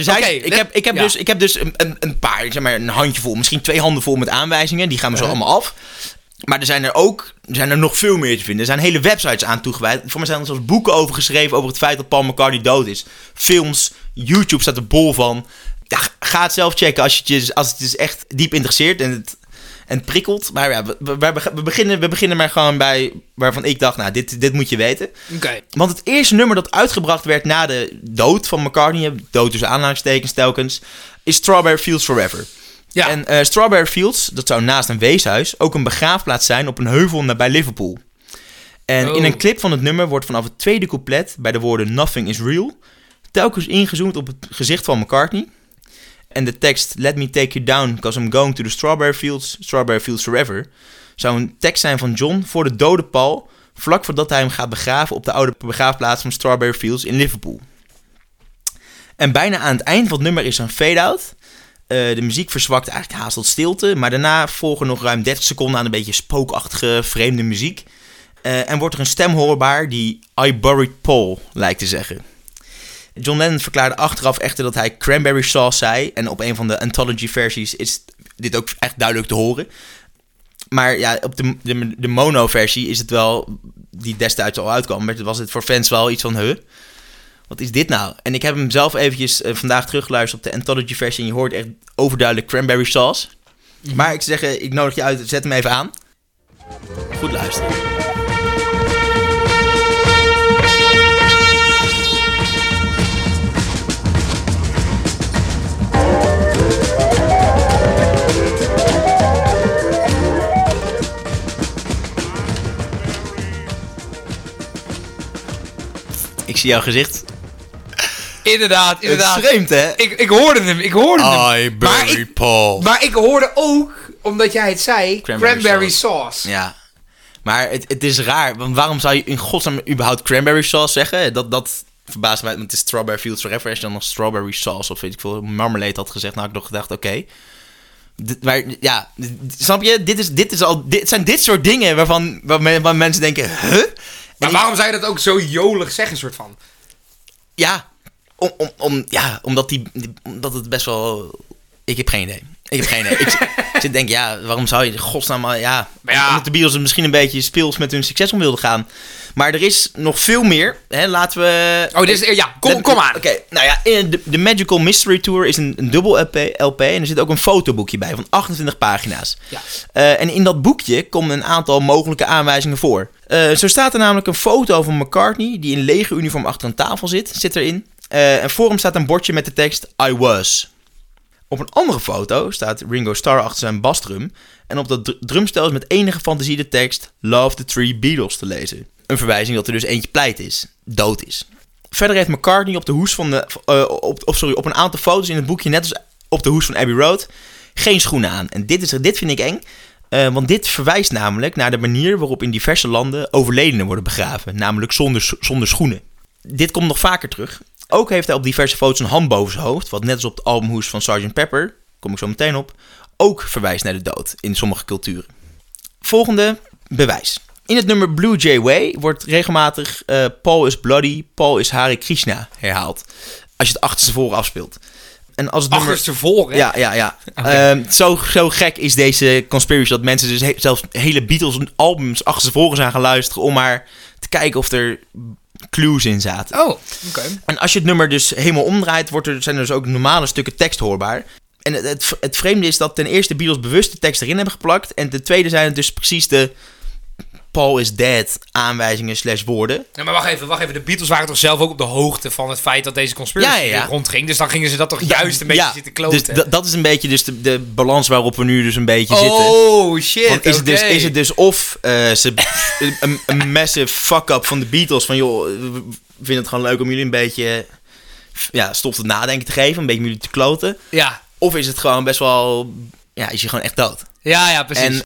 Ik heb dus een paar, zeg maar een handjevol, misschien 2 handen vol met aanwijzingen. Die gaan we zo allemaal af. Maar er zijn er nog veel meer te vinden. Er zijn hele websites aan toegewijd. Voor mij zijn er zelfs boeken over geschreven over het feit dat Paul McCartney dood is. Films, YouTube staat er bol van. Ja, ga het zelf checken als het je echt diep interesseert en het prikkelt. Maar ja, we beginnen maar gewoon bij waarvan ik dacht, dit moet je weten. Okay. Want het eerste nummer dat uitgebracht werd na de dood van McCartney, dood tussen aanhalingstekens telkens, is Strawberry Fields Forever. Ja. En Strawberry Fields, dat zou naast een weeshuis ook een begraafplaats zijn op een heuvel nabij Liverpool. En in een clip van het nummer wordt vanaf het tweede couplet bij de woorden Nothing is real telkens ingezoomd op het gezicht van McCartney. En de tekst Let me take you down, because I'm going to the Strawberry Fields forever, zou een tekst zijn van John voor de dode Paul, vlak voordat hij hem gaat begraven op de oude begraafplaats van Strawberry Fields in Liverpool. En bijna aan het eind van het nummer is er een fade-out. De muziek verzwakt eigenlijk haast tot stilte, maar daarna volgen nog ruim 30 seconden aan een beetje spookachtige, vreemde muziek. En wordt er een stem hoorbaar die I buried Paul lijkt te zeggen. John Lennon verklaarde achteraf echter dat hij cranberry sauce zei. En op een van de anthology-versies is dit ook echt duidelijk te horen. Maar ja, op de mono-versie is het wel, die destijds al uitkwam, maar was het voor fans wel iets van, wat is dit nou? En ik heb hem zelf eventjes vandaag teruggeluisterd op de anthology-versie en je hoort echt overduidelijk cranberry sauce. Mm-hmm. Maar ik zou zeggen, ik nodig je uit, zet hem even aan. Goed luisteren. Ik zie jouw gezicht. Inderdaad. Het is vreemd, hè? Ik hoorde hem. I bury Paul. Maar ik hoorde ook, omdat jij het zei, cranberry sauce. Ja. Maar het is raar. Want waarom zou je in godsnaam überhaupt cranberry sauce zeggen? Dat verbaast mij. Want het is Strawberry Fields Forever. Als je dan nog strawberry sauce of weet ik veel, marmalade had gezegd, nou had ik nog gedacht, oké. Maar ja, snap je? Dit zijn dit soort dingen waarvan mensen denken, Maar waarom zou je dat ook zo jolig zeggen, soort van? Ja, omdat het best wel... Ik heb geen idee. Ik denk, waarom zou je godsnaam... Omdat de Beatles misschien een beetje speels met hun succes om wilden gaan. Maar er is nog veel meer. Hè, laten we... Kom aan. Oké, nou ja, de Magical Mystery Tour is een dubbel LP. En er zit ook een fotoboekje bij van 28 pagina's. Ja. En in dat boekje komen een aantal mogelijke aanwijzingen voor. Zo staat er namelijk een foto van McCartney, die in legeruniform achter een tafel zit erin. En voor hem staat een bordje met de tekst I was. Op een andere foto staat Ringo Starr achter zijn basdrum. En op dat drumstel is met enige fantasie de tekst Love the Three Beatles te lezen. Een verwijzing dat er dus eentje dood is. Verder heeft McCartney op de hoes van op een aantal foto's in het boekje, net als op de hoes van Abbey Road. Geen schoenen aan. En dit vind ik eng. Want dit verwijst namelijk naar de manier waarop in diverse landen overledenen worden begraven. Namelijk zonder schoenen. Dit komt nog vaker terug. Ook heeft hij op diverse foto's een hand boven zijn hoofd. Wat net als op de albumhoes van Sgt. Pepper, kom ik zo meteen op, ook verwijst naar de dood in sommige culturen. Volgende bewijs. In het nummer Blue Jay Way wordt regelmatig Paul is bloody, Paul is Hare Krishna herhaald. Als je het achterstevoren afspeelt. En als het achterstevoren? Ja. Okay. Zo gek is deze conspiracy dat mensen dus zelfs hele Beatles albums achterstevoren zijn gaan luisteren om maar te kijken of er clues in zaten. Oh, oké. En als je het nummer dus helemaal omdraait, zijn er dus ook normale stukken tekst hoorbaar. En het vreemde is dat ten eerste Beatles bewust de tekst erin hebben geplakt. En ten tweede zijn het dus precies de Paul is dead aanwijzingen / woorden. Ja, maar wacht even. De Beatles waren toch zelf ook op de hoogte van het feit dat deze conspiracy rondging. Dus dan gingen ze dat toch juist een beetje zitten kloten. Dus dat is een beetje dus de balans waarop we nu dus een beetje zitten. Oh, shit, is het dus of een massive fuck-up van de Beatles. Van joh, we vinden het gewoon leuk om jullie een beetje stof tot nadenken te geven. Een beetje om jullie te kloten. Ja. Of is het gewoon best wel, is je gewoon echt dood. Ja, precies. En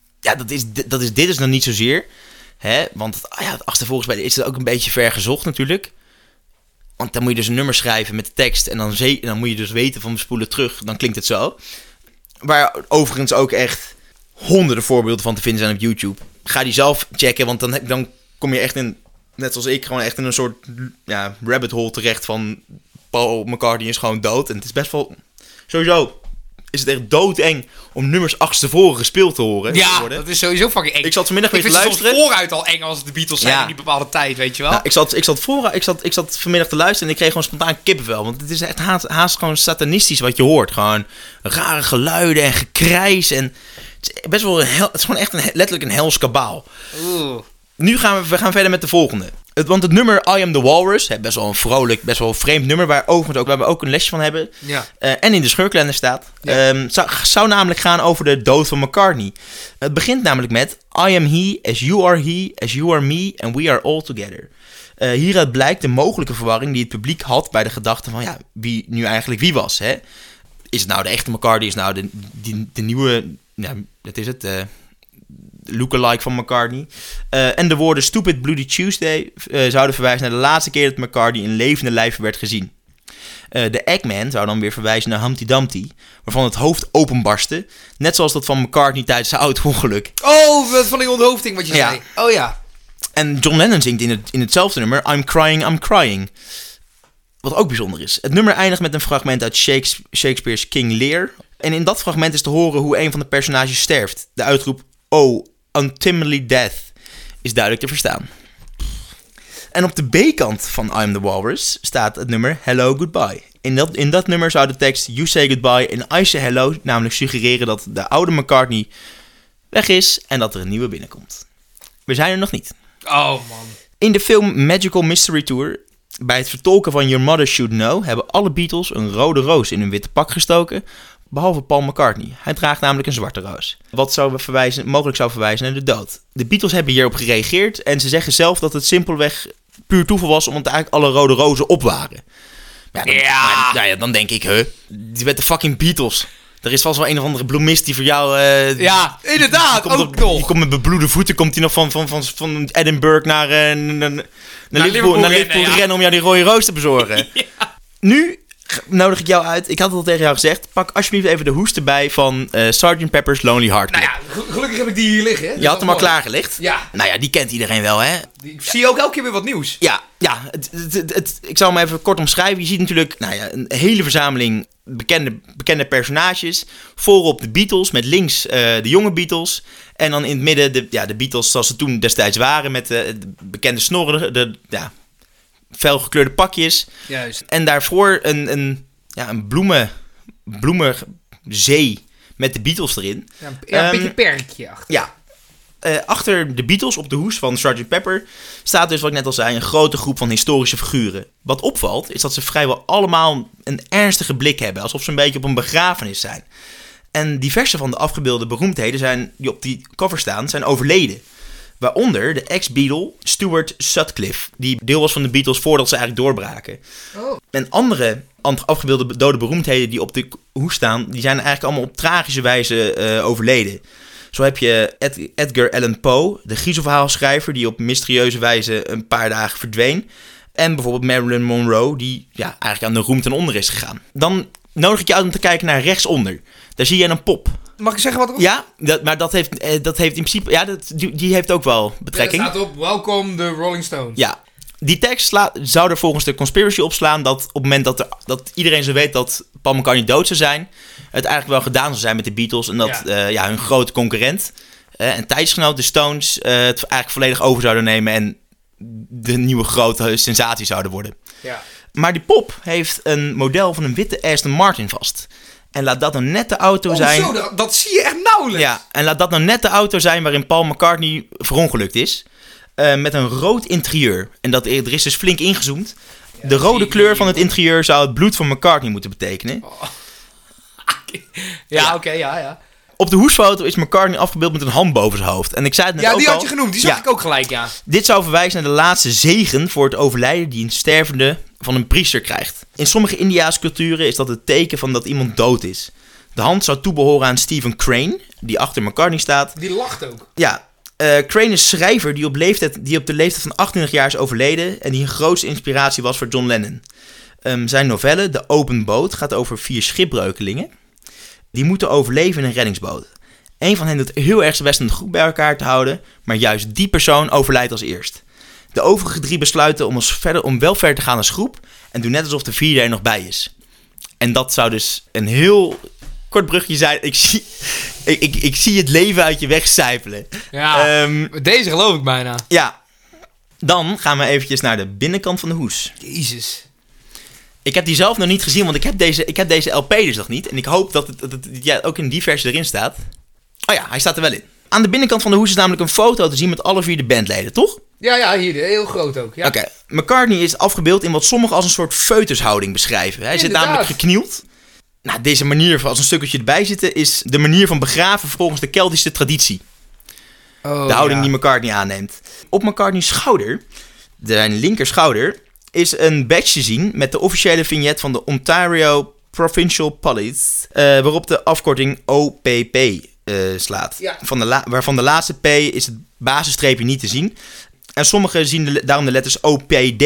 dit is nog niet zozeer. Hè? Want het achtervolgens is het ook een beetje ver gezocht natuurlijk. Want dan moet je dus een nummer schrijven met de tekst. En dan moet je dus weten van we spoelen terug. Dan klinkt het zo. Waar overigens ook echt honderden voorbeelden van te vinden zijn op YouTube. Ga die zelf checken. Want dan kom je echt in, net zoals ik, gewoon echt in een soort rabbit hole terecht van Paul McCartney is gewoon dood. En het is best wel, sowieso is het echt doodeng om nummers achterstevoren gespeeld te horen. Ja, dat is sowieso fucking eng. Ik zat vanmiddag weer te luisteren. Ik vind het vooruit al eng als het de Beatles zijn in die bepaalde tijd, weet je wel. Nou, ik zat vanmiddag te luisteren en ik kreeg gewoon spontaan kippenvel. Want het is echt haast gewoon satanistisch wat je hoort. Gewoon rare geluiden en gekrijs. En het is best wel het is gewoon echt letterlijk een hels kabaal. Oeh. Nu gaan we verder met de volgende. Want het nummer I Am The Walrus, best wel een vrolijk, best wel een vreemd nummer, waar we ook een lesje van hebben. Ja. En in de scheurkalender staat. Ja. Zou namelijk gaan over de dood van McCartney. Het begint namelijk met I am he, as you are me, and we are all together. Hieruit blijkt de mogelijke verwarring die het publiek had bij de gedachte van wie nu eigenlijk wie was. Hè? Is het nou de echte McCartney? Is het nou de nieuwe, dat is het, lookalike van McCartney. En de woorden Stupid Bloody Tuesday zouden verwijzen naar de laatste keer dat McCartney in levende lijf werd gezien. De Eggman zou dan weer verwijzen naar Humpty Dumpty, waarvan het hoofd openbarstte. Net zoals dat van McCartney tijdens zijn auto-ongeluk. Oh, van die onthoofding wat je zei. Oh ja. En John Lennon zingt in hetzelfde nummer I'm crying, I'm crying. Wat ook bijzonder is. Het nummer eindigt met een fragment uit Shakespeare's King Lear. En in dat fragment is te horen hoe een van de personages sterft. De uitroep Oh, untimely death is duidelijk te verstaan. En op de B-kant van I Am The Walrus staat het nummer Hello Goodbye. In dat nummer zou de tekst You Say Goodbye en I Say Hello namelijk suggereren dat de oude McCartney weg is en dat er een nieuwe binnenkomt. We zijn er nog niet. Oh man. In de film Magical Mystery Tour, bij het vertolken van Your Mother Should Know, hebben alle Beatles een rode roos in hun witte pak gestoken, behalve Paul McCartney. Hij draagt namelijk een zwarte roos. Wat mogelijk zou verwijzen naar de dood. De Beatles hebben hierop gereageerd en ze zeggen zelf dat het simpelweg puur toeval was, omdat eigenlijk alle rode rozen op waren. Dan denk ik, die werd de fucking Beatles. Er is vast wel een of andere bloemist die voor jou... inderdaad, die komt met bebloede voeten, komt hij nog van Edinburgh naar Liverpool rennen om jou die rode roos te bezorgen. Ja. Nu nodig ik jou uit. Ik had het al tegen jou gezegd. Pak alsjeblieft even de hoes erbij van Sgt. Pepper's Lonely Hearts Club. Nou ja, gelukkig heb ik die hier liggen. Hè? Je had hem al klaargelegd. Ja. Nou ja, die kent iedereen wel, hè? Ik zie ook elke keer weer wat nieuws. Ja. Ik zal hem even kort omschrijven. Je ziet natuurlijk een hele verzameling bekende personages. Voorop de Beatles, met links de jonge Beatles. En dan in het midden de Beatles zoals ze toen destijds waren. Met de bekende snorren, de felgekleurde pakjes. Juist. En daarvoor een bloemenzee met de Beatles erin. Ja, een beetje perkje achter. Ja. Achter de Beatles op de hoes van Sgt. Pepper staat dus, wat ik net al zei, een grote groep van historische figuren. Wat opvalt, is dat ze vrijwel allemaal een ernstige blik hebben. Alsof ze een beetje op een begrafenis zijn. En diverse van de afgebeelde beroemdheden die op die cover staan, zijn overleden. Waaronder de ex-Beatle Stuart Sutcliffe, die deel was van de Beatles voordat ze eigenlijk doorbraken. Oh. En andere afgebeelde dode beroemdheden die op de hoes staan, die zijn eigenlijk allemaal op tragische wijze overleden. Zo heb je Edgar Allan Poe, de griezelverhaalschrijver, die op mysterieuze wijze een paar dagen verdween. En bijvoorbeeld Marilyn Monroe, die eigenlijk aan de roem ten onder is gegaan. Dan nodig ik je uit om te kijken naar rechtsonder. Daar zie je een pop. Mag ik zeggen wat er Ja, maar dat heeft in principe... Ja, die heeft ook wel betrekking. Er staat op, welcome the Rolling Stones. Ja. Die tekst zou er volgens de conspiracy opslaan dat op het moment dat iedereen zo weet dat Paul McCartney dood zou zijn, het eigenlijk wel gedaan zou zijn met de Beatles. En dat hun grote concurrent en tijdsgenoot, de Stones, het eigenlijk volledig over zouden nemen en de nieuwe grote sensatie zouden worden. Ja. Maar die pop heeft een model van een witte Aston Martin vast. En laat dat nou net de auto zijn... Zo, dat zie je echt nauwelijks. Ja, en laat dat nou net de auto zijn waarin Paul McCartney verongelukt is. Met een rood interieur. En er is dus flink ingezoomd. De rode kleur van het interieur zou het bloed van McCartney moeten betekenen. Ja. Op de hoesfoto is McCartney afgebeeld met een hand boven zijn hoofd. En ik zei het net ook al. Ja, die had je genoemd. Die zag ik ook gelijk, ja. Dit zou verwijzen naar de laatste zegen voor het overlijden die een stervende van een priester krijgt. In sommige Indiase culturen is dat het teken van dat iemand dood is. De hand zou toebehoren aan Stephen Crane, die achter McCartney staat. Die lacht ook. Ja, Crane is schrijver die op de leeftijd van 28 jaar is overleden en die een grootste inspiratie was voor John Lennon. Zijn novelle, De Open Boat, gaat over 4 schipbreukelingen. Die moeten overleven in een reddingsboot. Eén van hen doet heel erg zijn best om de groep bij elkaar te houden, maar juist die persoon overlijdt als eerst. De overige 3 besluiten om wel verder te gaan als groep en doen net alsof de 4e er nog bij is. En dat zou dus een heel kort brugje zijn. Ik zie het leven uit je wegcijpelen. Ja, deze geloof ik bijna. Ja, dan gaan we eventjes naar de binnenkant van de hoes. Jezus. Ik heb die zelf nog niet gezien, want ik heb deze LP dus nog niet. En ik hoop dat het ook in die versie erin staat. Oh ja, hij staat er wel in. Aan de binnenkant van de hoes is namelijk een foto te zien met alle 4 de bandleden, toch? Ja, hier, heel groot ook. Ja. Oké. McCartney is afgebeeld in wat sommigen als een soort foetushouding beschrijven. Hij zit namelijk geknield. Nou, deze manier van als een stukje erbij zitten is de manier van begraven volgens de Keltische traditie. De houding die McCartney aanneemt. Op McCartney's schouder, zijn linkerschouder, is een badge te zien met de officiële vignet van de Ontario Provincial Police, waarop de afkorting OPP slaat. Ja. Waarvan de laatste P is het basisstreepje niet te zien. En sommigen zien daarom de letters OPD.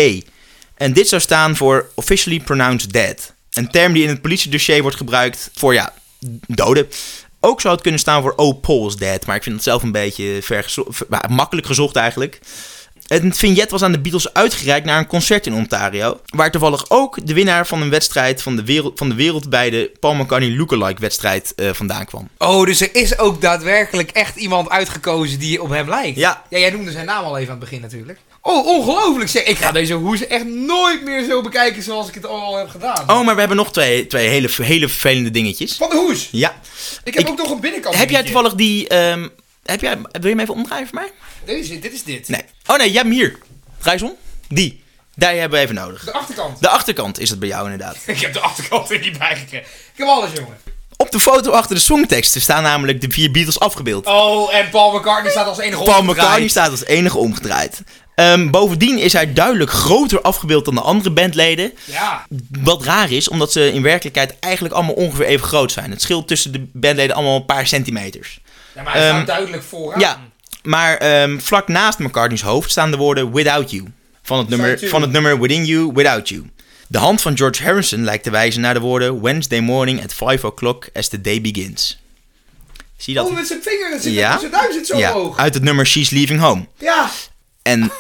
En dit zou staan voor Officially Pronounced Dead. Een term die in het politiedossier wordt gebruikt voor, doden. Ook zou het kunnen staan voor Oh, Paul's Dead. Maar ik vind het zelf een beetje makkelijk gezocht eigenlijk. Het vignet was aan de Beatles uitgereikt naar een concert in Ontario. Waar toevallig ook de winnaar van een wedstrijd van de wereldwijde Paul McCartney Lookalike wedstrijd vandaan kwam. Oh, dus er is ook daadwerkelijk echt iemand uitgekozen die op hem lijkt. Ja. Ja, jij noemde zijn naam al even aan het begin natuurlijk. Oh, ongelooflijk zeg. Ik ga deze hoes echt nooit meer zo bekijken zoals ik het al heb gedaan. Oh, maar we hebben nog twee hele vervelende dingetjes. Van de hoes? Ja. Ik heb ook nog een binnenkant. Heb jij toevallig die... wil je hem even omdraaien voor mij? Dit is dit. Nee. Oh nee, jij hebt hem hier. Draai eens om. Die. Daar hebben we even nodig. De achterkant. De achterkant is het bij jou inderdaad. Ik heb de achterkant er niet bij gekregen. Ik heb alles, jongen. Op de foto achter de songteksten staan namelijk de 4 Beatles afgebeeld. Oh, en Paul McCartney staat als enige omgedraaid. Paul McCartney staat als enige omgedraaid. Bovendien is hij duidelijk groter afgebeeld dan de andere bandleden. Ja. Wat raar is, omdat ze in werkelijkheid eigenlijk allemaal ongeveer even groot zijn. Het scheelt tussen de bandleden allemaal een paar centimeters. Ja, maar hij staat duidelijk vooraan. Ja, maar vlak naast McCartney's hoofd staan de woorden Without You. Van het nummer Within You, Without You. De hand van George Harrison lijkt te wijzen naar de woorden Wednesday morning at 5 o'clock as the day begins. Zie je dat? Oh, met zijn vinger, zijn duim zit zo hoog. Uit het nummer She's Leaving Home. Ja. En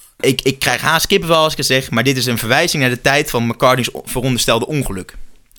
ik krijg haast kippenvel als ik het zeg, maar dit is een verwijzing naar de tijd van McCartney's veronderstelde ongeluk.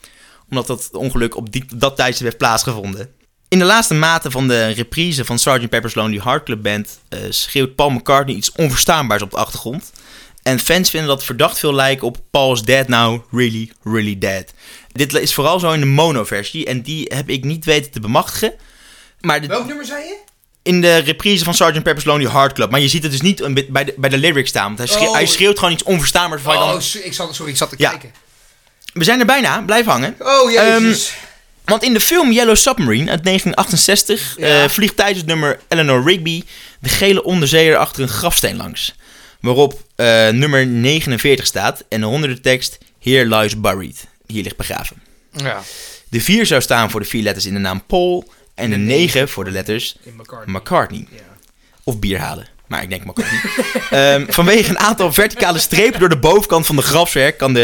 Omdat dat ongeluk op dat tijdstip heeft plaatsgevonden. In de laatste maten van de reprise van Sgt. Pepper's Lonely Hearts Club Band schreeuwt Paul McCartney iets onverstaanbaars op de achtergrond. En fans vinden dat verdacht veel lijken op Paul's Dead Now, Really, Really Dead. Dit is vooral zo in de mono-versie en die heb ik niet weten te bemachtigen. Maar welk nummer zei je? In de reprise van Sgt. Pepper's Lonely Hearts Club. Maar je ziet het dus niet bij de lyrics staan. Want hij schreeuwt gewoon iets onverstaanbaars. Ik zat te kijken. We zijn er bijna. Blijf hangen. Oh, jezus. Want in de film Yellow Submarine uit 1968 vliegt tijdens het nummer Eleanor Rigby de gele onderzeeër achter een grafsteen langs. Waarop nummer 49 staat en onder de tekst Here lies buried. Hier ligt begraven. Ja. De 4 zou staan voor de 4 letters in de naam Paul. En de 9 voor de letters McCartney. Ja. Of bier halen. Maar ik denk McCartney. Vanwege een aantal verticale strepen door de bovenkant van de grafwerk kan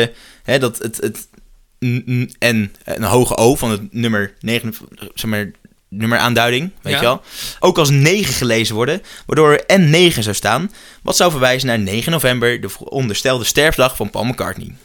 en een hoge O van het nummer 9, zeg maar, nummeraanduiding, weet je wel, ook als 9 gelezen worden, waardoor er N9 zou staan, wat zou verwijzen naar 9 november, de onderstelde sterfdag van Paul McCartney.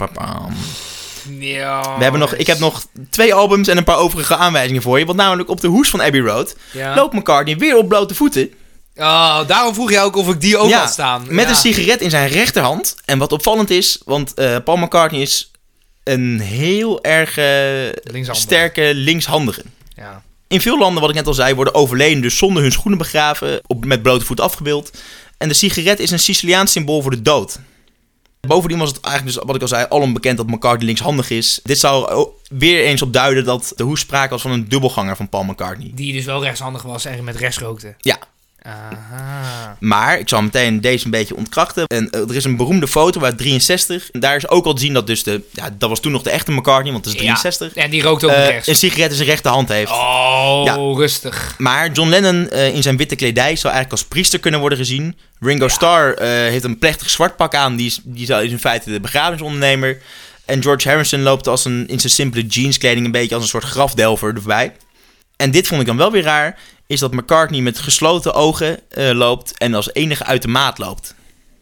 Ja, ik heb nog 2 albums en een paar overige aanwijzingen voor je, want namelijk op de hoes van Abbey Road loopt McCartney weer op blote voeten. Oh, daarom vroeg je ook of ik die ook had staan. Met een sigaret in zijn rechterhand. En wat opvallend is, want Paul McCartney is een heel erg sterke linkshandige. Ja. In veel landen, wat ik net al zei, worden overleden dus zonder hun schoenen begraven, met blote voet afgebeeld. En de sigaret is een Siciliaans symbool voor de dood. Bovendien was het eigenlijk dus, wat ik al zei, alom bekend dat McCartney linkshandig is. Dit zou weer eens op duiden dat de hoes sprake was van een dubbelganger van Paul McCartney. Die dus wel rechtshandig was en met rechts rookte. Ja. Aha. Maar ik zal meteen deze een beetje ontkrachten. En er is een beroemde foto uit 63. En daar is ook al te zien dat dus dat was toen nog de echte McCartney, want het is 63. Ja, en die rookt ook met rechts. Een sigaret in zijn rechterhand heeft. Oh, rustig. Maar John Lennon in zijn witte kledij zou eigenlijk als priester kunnen worden gezien. Ringo Starr heeft een plechtig zwart pak aan. Die is in feite de begrafenisondernemer. En George Harrison loopt in zijn simpele jeanskleding een beetje als een soort grafdelver erbij. En dit vond ik dan wel weer raar, is dat McCartney met gesloten ogen loopt en als enige uit de maat loopt.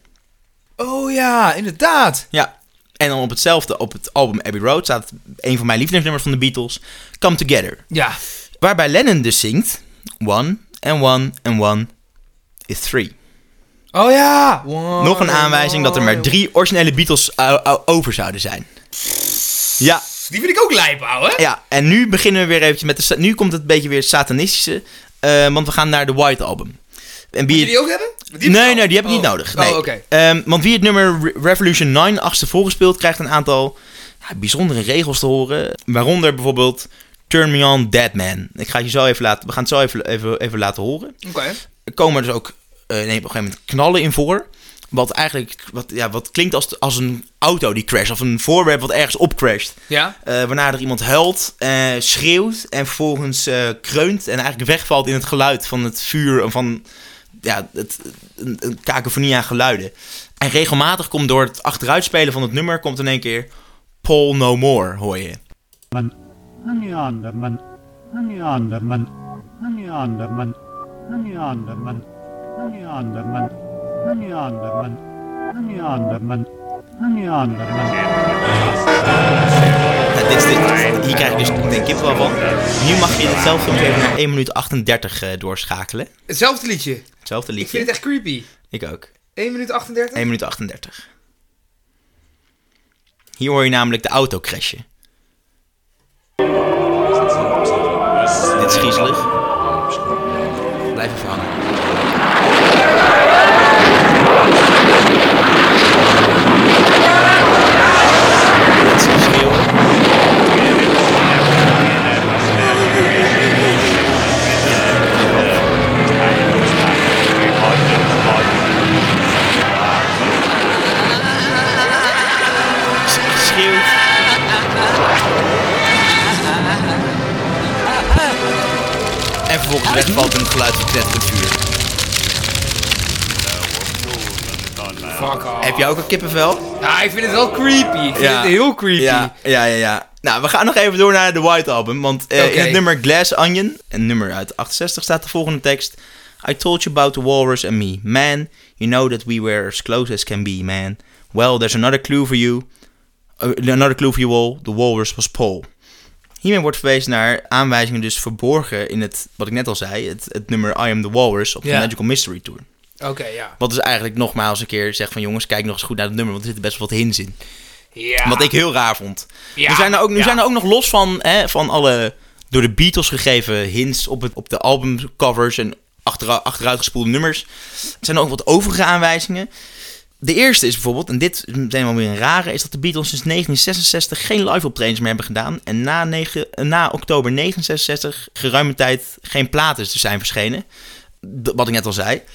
Oh ja, inderdaad. Ja, en dan op het album Abbey Road staat een van mijn lievelingsnummers van de Beatles, Come Together. Ja. Waarbij Lennon dus zingt, 1 and 1 and 1 is 3. Oh ja. Nog een aanwijzing dat er maar 3 originele Beatles over zouden zijn. Ja. Die vind ik ook lijp, ouwe. Ja, en nu beginnen we weer eventjes nu komt het een beetje weer het satanistische. Want we gaan naar de White Album. En Moet je die ook hebben? Nee, die heb ik niet nodig. Nee. Oh, oké. Want wie het nummer Revolution 9 achtste volgespeeld, krijgt een aantal bijzondere regels te horen. Waaronder bijvoorbeeld Turn Me On Dead Man. Ik ga het je zo even laten. We gaan het zo even laten horen. Oké. Er komen dus ook op een gegeven moment knallen in voor. Wat eigenlijk wat klinkt als een auto die crasht. Of een voorwerp wat ergens opcrasht. Ja. Waarna er iemand huilt, schreeuwt en vervolgens kreunt. En eigenlijk wegvalt in het geluid van het vuur. Van een kakofonie aan geluiden. En regelmatig komt door het achteruitspelen van het nummer, komt in één keer Paul No More, hoor je. Hier krijg je dus denk ik wel van. Nu mag je hetzelfde filmpje even naar 1 minuut 38 doorschakelen. Hetzelfde liedje? Hetzelfde liedje. Ik vind het echt creepy. Ik ook. 1 minuut 38? 1 minuut 38. Hier hoor je namelijk de auto crashen. Dit is griezelig. Blijf even hangen. Dit is een schreeuw. En vervolgens wegvalt in het geluid van knetterend vuur. Fuck off. Heb jij ook een kippenvel? Ja, ik vind het wel creepy. Ik vind het heel creepy. Ja. Nou, we gaan nog even door naar de White Album. Want in het nummer Glass Onion, een nummer uit 68, staat de volgende tekst. I told you about the walrus and me. Man, you know that we were as close as can be, man. Well, there's another clue for you. Another clue for you all. The walrus was Paul. Hiermee wordt verwezen naar aanwijzingen dus verborgen in het, wat ik net al zei, het nummer I Am The Walrus op de Magical Mystery Tour. Oké, ja. Wat dus eigenlijk nogmaals een keer zegt van jongens, kijk nog eens goed naar het nummer, want er zitten best wel wat hints in. Ja. Wat ik heel raar vond. Ja. Nu zijn er ook nog los van alle door de Beatles gegeven hints op de albumcovers en achteruitgespoelde nummers. Er zijn ook wat overige aanwijzingen. De eerste is bijvoorbeeld, en dit is meteen wel weer een rare, is dat de Beatles sinds 1966 geen live optredens meer hebben gedaan. En na oktober 1966 geruime tijd geen platen te zijn verschenen. Wat ik net al zei.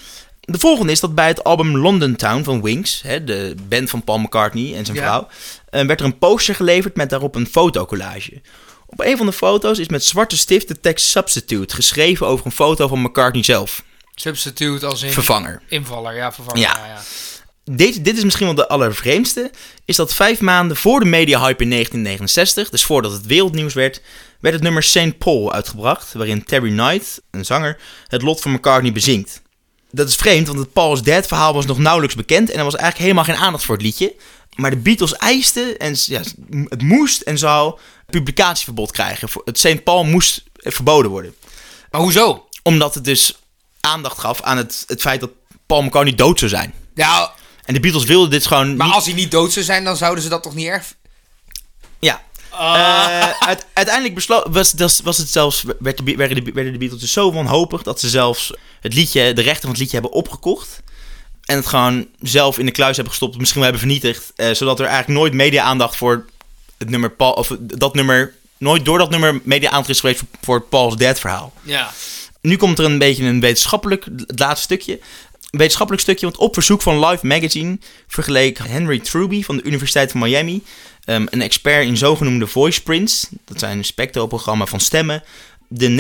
De volgende is dat bij het album London Town van Wings, de band van Paul McCartney en zijn vrouw, werd er een poster geleverd met daarop een fotocollage. Op een van de foto's is met zwarte stift de tekst Substitute geschreven over een foto van McCartney zelf. Substitute als in... Vervanger. Invaller, ja, vervanger. Ja. Dit is misschien wel de allervreemdste, is dat 5 maanden voor de media-hype in 1969, dus voordat het wereldnieuws werd het nummer St. Paul uitgebracht, waarin Terry Knight, een zanger, het lot van McCartney bezingt. Dat is vreemd, want het Paul's Dead verhaal was nog nauwelijks bekend en er was eigenlijk helemaal geen aandacht voor het liedje. Maar de Beatles eisten, en het moest en zou publicatieverbod krijgen. Het St. Paul moest verboden worden. Maar hoezo? Omdat het dus aandacht gaf aan het feit dat Paul McCartney dood zou zijn. Ja. En de Beatles wilden dit gewoon Maar als hij niet dood zou zijn, dan zouden ze dat toch niet erg... Ja. Uiteindelijk was het zelfs, werden de Beatles dus zo wanhopig dat ze zelfs de rechten van het liedje hebben opgekocht. En het gewoon zelf in de kluis hebben gestopt, misschien wel hebben vernietigd. Zodat er eigenlijk nooit media-aandacht voor het nummer Paul, of dat nummer, nooit door dat nummer media-aandacht is geweest voor het Paul's Dead verhaal. Ja. Nu komt er een beetje een wetenschappelijk, het laatste stukje. Een wetenschappelijk stukje, want op verzoek van Life Magazine vergeleek Henry Truby van de Universiteit van Miami, een expert in zogenoemde voice prints, dat zijn een spectroprogramma van stemmen, in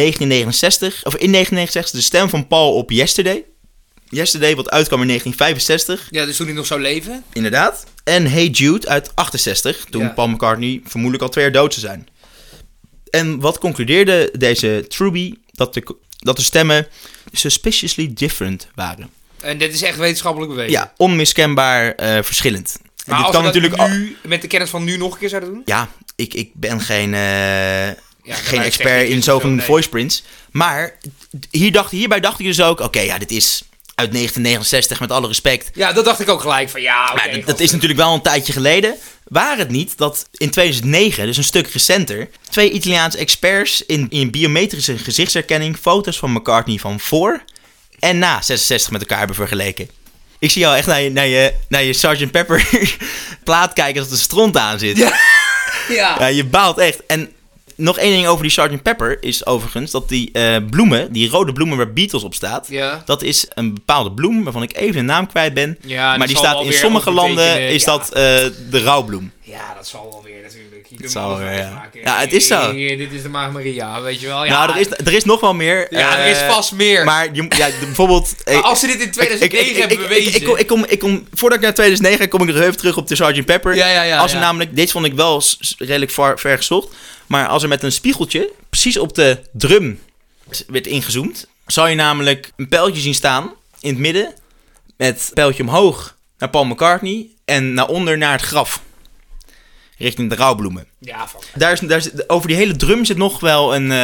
1969 de stem van Paul op Yesterday, wat uitkwam in 1965. Ja, dus toen hij nog zou leven. Inderdaad. En Hey Jude uit 68, toen Paul McCartney vermoedelijk al 2 jaar dood zou zijn. En wat concludeerde deze Truby? Dat de stemmen suspiciously different waren. En dit is echt wetenschappelijk bewezen? Ja, onmiskenbaar verschillend. Maar dit als kan we natuurlijk dat nu, met de kennis van nu nog een keer zouden doen? Ja, ik ben geen expert in zogenoemde voice prints. Maar hierbij dacht ik dus ook, oké, dit is uit 1969 met alle respect. Ja, dat dacht ik ook gelijk van dat is natuurlijk wel een tijdje geleden. Waar het niet dat in 2009, dus een stuk recenter, 2 Italiaanse experts in biometrische gezichtsherkenning foto's van McCartney van voor en na 66 met elkaar hebben vergeleken. Ik zie jou echt naar je Sgt. Pepper plaat kijken als de stront aan zit. Ja, je baalt echt. En nog 1 ding over die Sgt. Pepper is overigens dat die bloemen, die rode bloemen waar Beatles op staat, dat is een bepaalde bloem waarvan ik even de naam kwijt ben. Ja, maar die staat in sommige landen is dat de rouwbloem. Ja, dat zal wel weer natuurlijk. Het zal weer, ja, het is zo. Dit is de Maagd Maria, weet je wel. Ja. Nou, er is nog wel meer. Ja, er is vast meer. Maar bijvoorbeeld... Maar als ze dit in 2009 hebben bewezen... Voordat ik naar 2009 ga, kom ik nog even terug op de Sgt. Pepper. Ja. Namelijk, dit vond ik wel redelijk ver gezocht. Maar als er met een spiegeltje precies op de drum werd ingezoomd, zou je namelijk een pijltje zien staan in het midden met pijltje omhoog naar Paul McCartney en naar onder naar het graf. Richting de rouwbloemen. Ja, over die hele drum zit nog wel een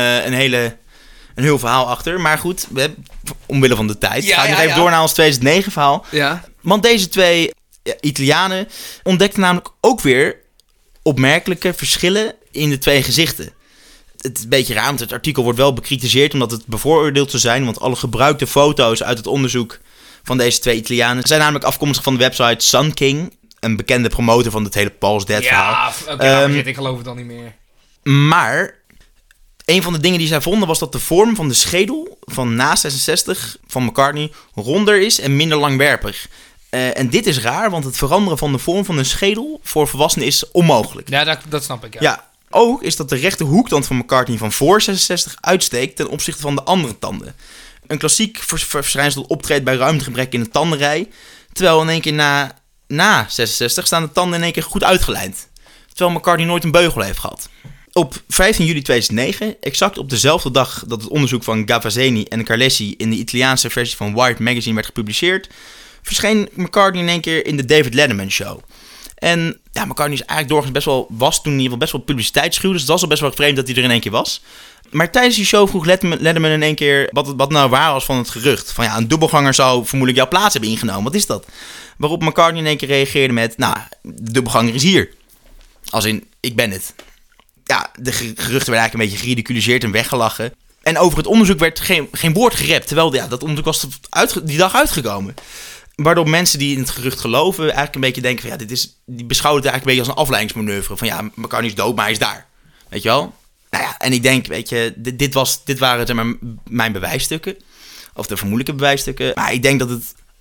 heel verhaal achter. Maar goed, omwille van de tijd. Ga ik nog even door naar ons 2009 verhaal. Ja. Want deze 2 Italianen ontdekten namelijk ook weer opmerkelijke verschillen in de 2 gezichten. Het is een beetje raar, want het artikel wordt wel bekritiseerd omdat het bevooroordeeld zou zijn. Want alle gebruikte foto's uit het onderzoek van deze 2 Italianen zijn namelijk afkomstig van de website Sun King, een bekende promotor van het hele Paul's Dead verhaal. Ja, ik geloof het dan niet meer. Maar een van de dingen die zij vonden was dat de vorm van de schedel van na 66 van McCartney ronder is en minder langwerpig. En dit is raar, want het veranderen van de vorm van een schedel voor volwassenen is onmogelijk. Ja, dat snap ik. Ja, ook is dat de rechte hoektand van McCartney van voor 66 uitsteekt ten opzichte van de andere tanden. Een klassiek verschijnsel optreedt bij ruimtegebrek in de tandenrij, terwijl in één keer na 66 staan de tanden in één keer goed uitgelijnd. Terwijl McCartney nooit een beugel heeft gehad. Op 15 juli 2009, exact op dezelfde dag dat het onderzoek van Gavazzeni en Carlesi in de Italiaanse versie van Wired Magazine werd gepubliceerd, verscheen McCartney in één keer in de David Letterman Show. En ja, McCartney is eigenlijk doorgaans toen in ieder geval best wel publiciteit schuwde, dus het was al best wel vreemd dat hij er in één keer was. Maar tijdens die show vroeg Letterman in één keer wat nou waar was van het gerucht. Van een dubbelganger zou vermoedelijk jouw plaats hebben ingenomen. Wat is dat? Waarop McCartney in één keer reageerde met, de dubbelganger is hier. Als in, ik ben het. Ja, de geruchten werden eigenlijk een beetje geridiculiseerd en weggelachen. En over het onderzoek werd geen woord gerept. Terwijl dat onderzoek was die dag uitgekomen. Waardoor mensen die in het gerucht geloven eigenlijk een beetje denken van die beschouwen het eigenlijk een beetje als een afleidingsmanoeuvre. Van McCartney is dood, maar hij is daar. Weet je wel? Nou ja, en ik denk, weet je, dit waren zeg maar mijn bewijsstukken. Of de vermoedelijke bewijsstukken. Maar ik denk dat het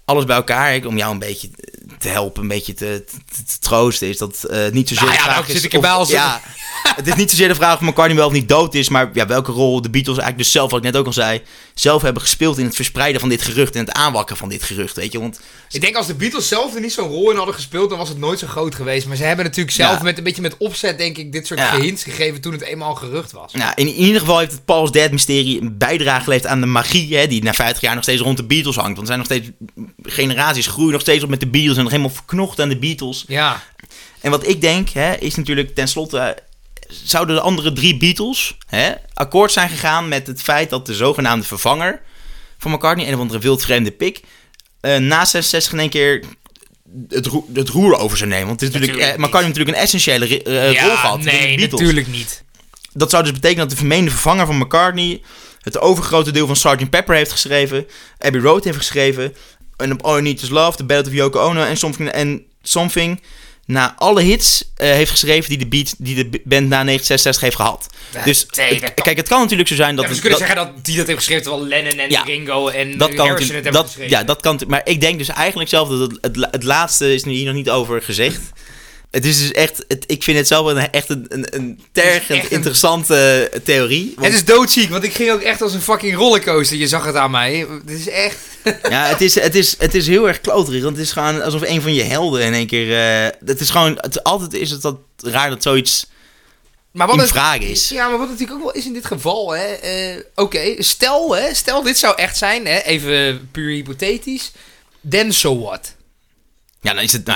alles bij elkaar, om jou een beetje te helpen, een beetje te troosten, is dat niet zozeer de vraag is... Het is niet zozeer de vraag of McCartney wel of niet dood is, maar welke rol de Beatles eigenlijk dus zelf, wat ik net ook al zei, zelf hebben gespeeld in het verspreiden van dit gerucht en het aanwakkeren van dit gerucht, weet je. Want ik denk als de Beatles zelf er niet zo'n rol in hadden gespeeld, dan was het nooit zo groot geweest. Maar ze hebben natuurlijk zelf met een beetje met opzet, denk ik, dit soort hints gegeven toen het eenmaal gerucht was. Nou, in ieder geval heeft het Paul's Dead-mysterie een bijdrage geleverd aan de magie, die na 50 jaar nog steeds rond de Beatles hangt. Want er zijn nog steeds generaties groeien nog steeds op met de Beatles en nog helemaal verknocht aan de Beatles. Ja. En wat ik denk, is natuurlijk tenslotte, zouden de andere 3 Beatles akkoord zijn gegaan met het feit dat de zogenaamde vervanger van McCartney, een of andere wildvreemde pik, na 66 in één keer het roer over zou nemen. Want het is natuurlijk McCartney natuurlijk een essentiële rol gehad. Nee, natuurlijk niet. Dat zou dus betekenen dat de vermeende vervanger van McCartney het overgrote deel van Sgt. Pepper heeft geschreven, Abbey Road heeft geschreven, en op All You Need Is Love, The Ballad of Yoko Ono en Something, na alle hits heeft geschreven die de band na 1966 heeft gehad. Dus kijk, het kan natuurlijk zo zijn dat... we kunnen zeggen dat die dat heeft geschreven, terwijl Lennon en Ringo en Harrison het hebben geschreven. Ja, dat kan. Maar ik denk dus eigenlijk zelf dat het laatste is hier nog niet over gezegd. Het is dus echt... ik vind het zelf echt een tergend interessante theorie. Het is doodziek, want ik ging ook echt als een fucking rollercoaster. Je zag het aan mij. Het is echt... Ja, het is heel erg kloterig. Want het is gewoon alsof een van je helden in één keer... het is gewoon... altijd is het dat raar dat zoiets in vraag is. Ja, maar wat natuurlijk ook wel is in dit geval... Oké, stel dit zou echt zijn. Even puur hypothetisch. Then so what? Ja, dan is het...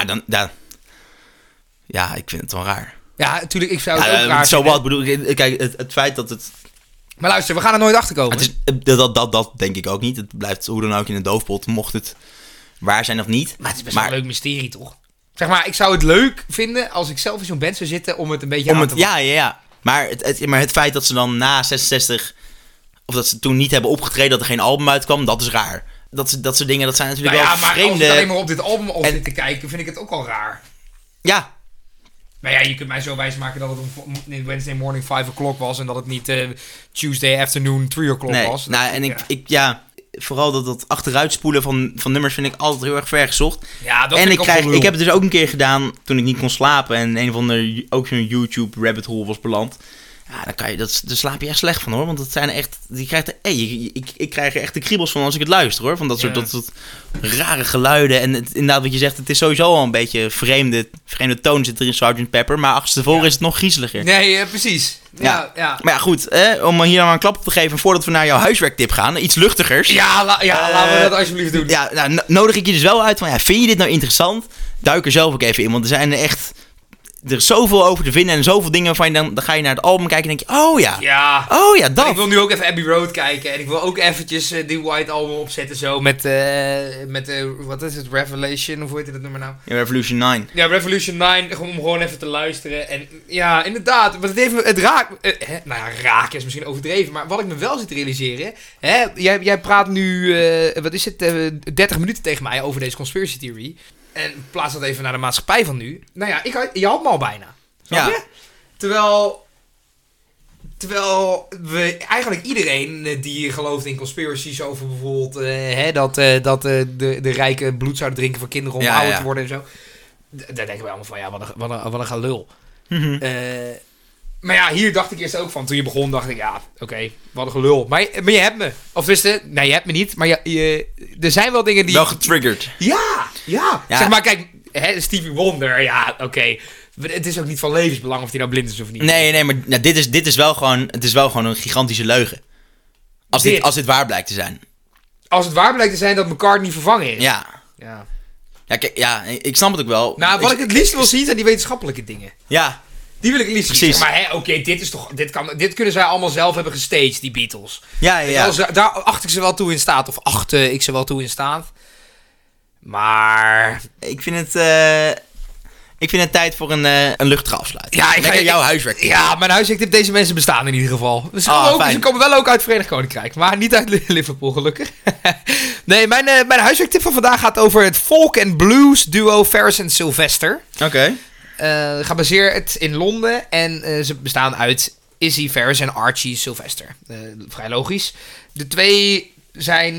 Ja, ik vind het wel raar. Ja, natuurlijk, ik zou het ook raar vinden. Wat bedoel ik? Kijk, het feit dat het... Maar luister, we gaan er nooit achter komen. Dat denk ik ook niet. Het blijft hoe dan ook in een doofpot, mocht het waar zijn of niet. Maar het is best wel een leuk mysterie, toch? Zeg maar, ik zou het leuk vinden als ik zelf in zo'n band zou zitten om het een beetje aan te maken. Ja. Maar het feit dat ze dan na 66... of dat ze toen niet hebben opgetreden, dat er geen album uitkwam, dat is raar. Dat soort dingen, dat zijn natuurlijk wel vreemde... maar als ik alleen maar op dit album op zit te kijken, vind ik het ook al raar. Ja. Maar ja, je kunt mij zo wijsmaken dat het op Wednesday morning 5 o'clock was en dat het niet Tuesday afternoon 3 o'clock was. Nou, en vooral dat achteruitspoelen van nummers vind ik altijd heel erg ver gezocht. Ja, dat en vind ik heb het dus ook een keer gedaan toen ik niet kon slapen en een of ander ook zo'n YouTube rabbit hole was beland. Ja, daar slaap je echt slecht van, hoor. Want het zijn echt... Ik krijg er echt de kriebels van als ik het luister, hoor. Van dat soort rare geluiden. En inderdaad, wat je zegt, het is sowieso al een beetje vreemde toon zit er in Sgt. Pepper. Maar achterstevoren is het nog griezeliger. Nee, precies. Ja. Maar ja, goed. Om hier nou een klap op te geven voordat we naar jouw huiswerktip gaan. Iets luchtigers. Laten we dat alsjeblieft doen. Ja, nou, nodig ik je dus wel uit van... vind je dit nou interessant? Duik er zelf ook even in. Want er zijn er echt... Er is zoveel over te vinden en zoveel dingen van je dan ga je naar het album kijken en denk je, oh ja, dat. Ik wil nu ook even Abbey Road kijken en ik wil ook eventjes die White Album opzetten zo met wat is het, Revelation, of hoe heet het nummer nou? Ja, Revolution 9. Ja, Revolution 9, om gewoon even te luisteren. En ja, inderdaad, maar het raken is misschien overdreven, maar wat ik me wel zit te realiseren, jij praat nu, 30 minuten tegen mij over deze conspiracy theory. En plaats dat even naar de maatschappij van nu. Nou ja, je had me al bijna. Snap je? Terwijl we eigenlijk iedereen die gelooft in conspiracies over bijvoorbeeld dat de rijken bloed zouden drinken voor kinderen om ouder te worden en zo. Daar denken we allemaal van, wat een gelul. Mm-hmm. Maar ja, hier dacht ik eerst ook van. Toen je begon dacht ik, oké, wat een gelul. Maar je hebt me. Of wist nee, je hebt me niet. Maar er zijn wel dingen die... Wel getriggerd. Ja. Zeg maar, kijk, Stevie Wonder, oké. Het is ook niet van levensbelang of hij nou blind is of niet. Nee, maar dit is wel gewoon... Het is wel gewoon een gigantische leugen. Als dit waar blijkt te zijn. Als het waar blijkt te zijn dat McCartney vervangen is. Ja, kijk, ik snap het ook wel. Nou, wat ik het liefst wil zien zijn die wetenschappelijke dingen. Ja. Die wil ik het liefst zien. Maar dit kunnen zij allemaal zelf hebben gestaged, die Beatles. Ja. Daar acht ik ze wel toe in staat. Of achtte ik ze wel toe in staat. Maar... Ik vind het tijd voor een luchtige afsluiting. Ja, Lekker jouw huiswerk. Ja, mijn huiswerktip, deze mensen bestaan in ieder geval. Ze komen wel ook uit het Verenigd Koninkrijk. Maar niet uit Liverpool, gelukkig. Nee, mijn huiswerktip van vandaag gaat over het folk en blues duo Ferris en Sylvester. Oké. Gebaseerd in Londen. En ze bestaan uit Izzy Ferris en Archie Sylvester. Vrij logisch. De twee zijn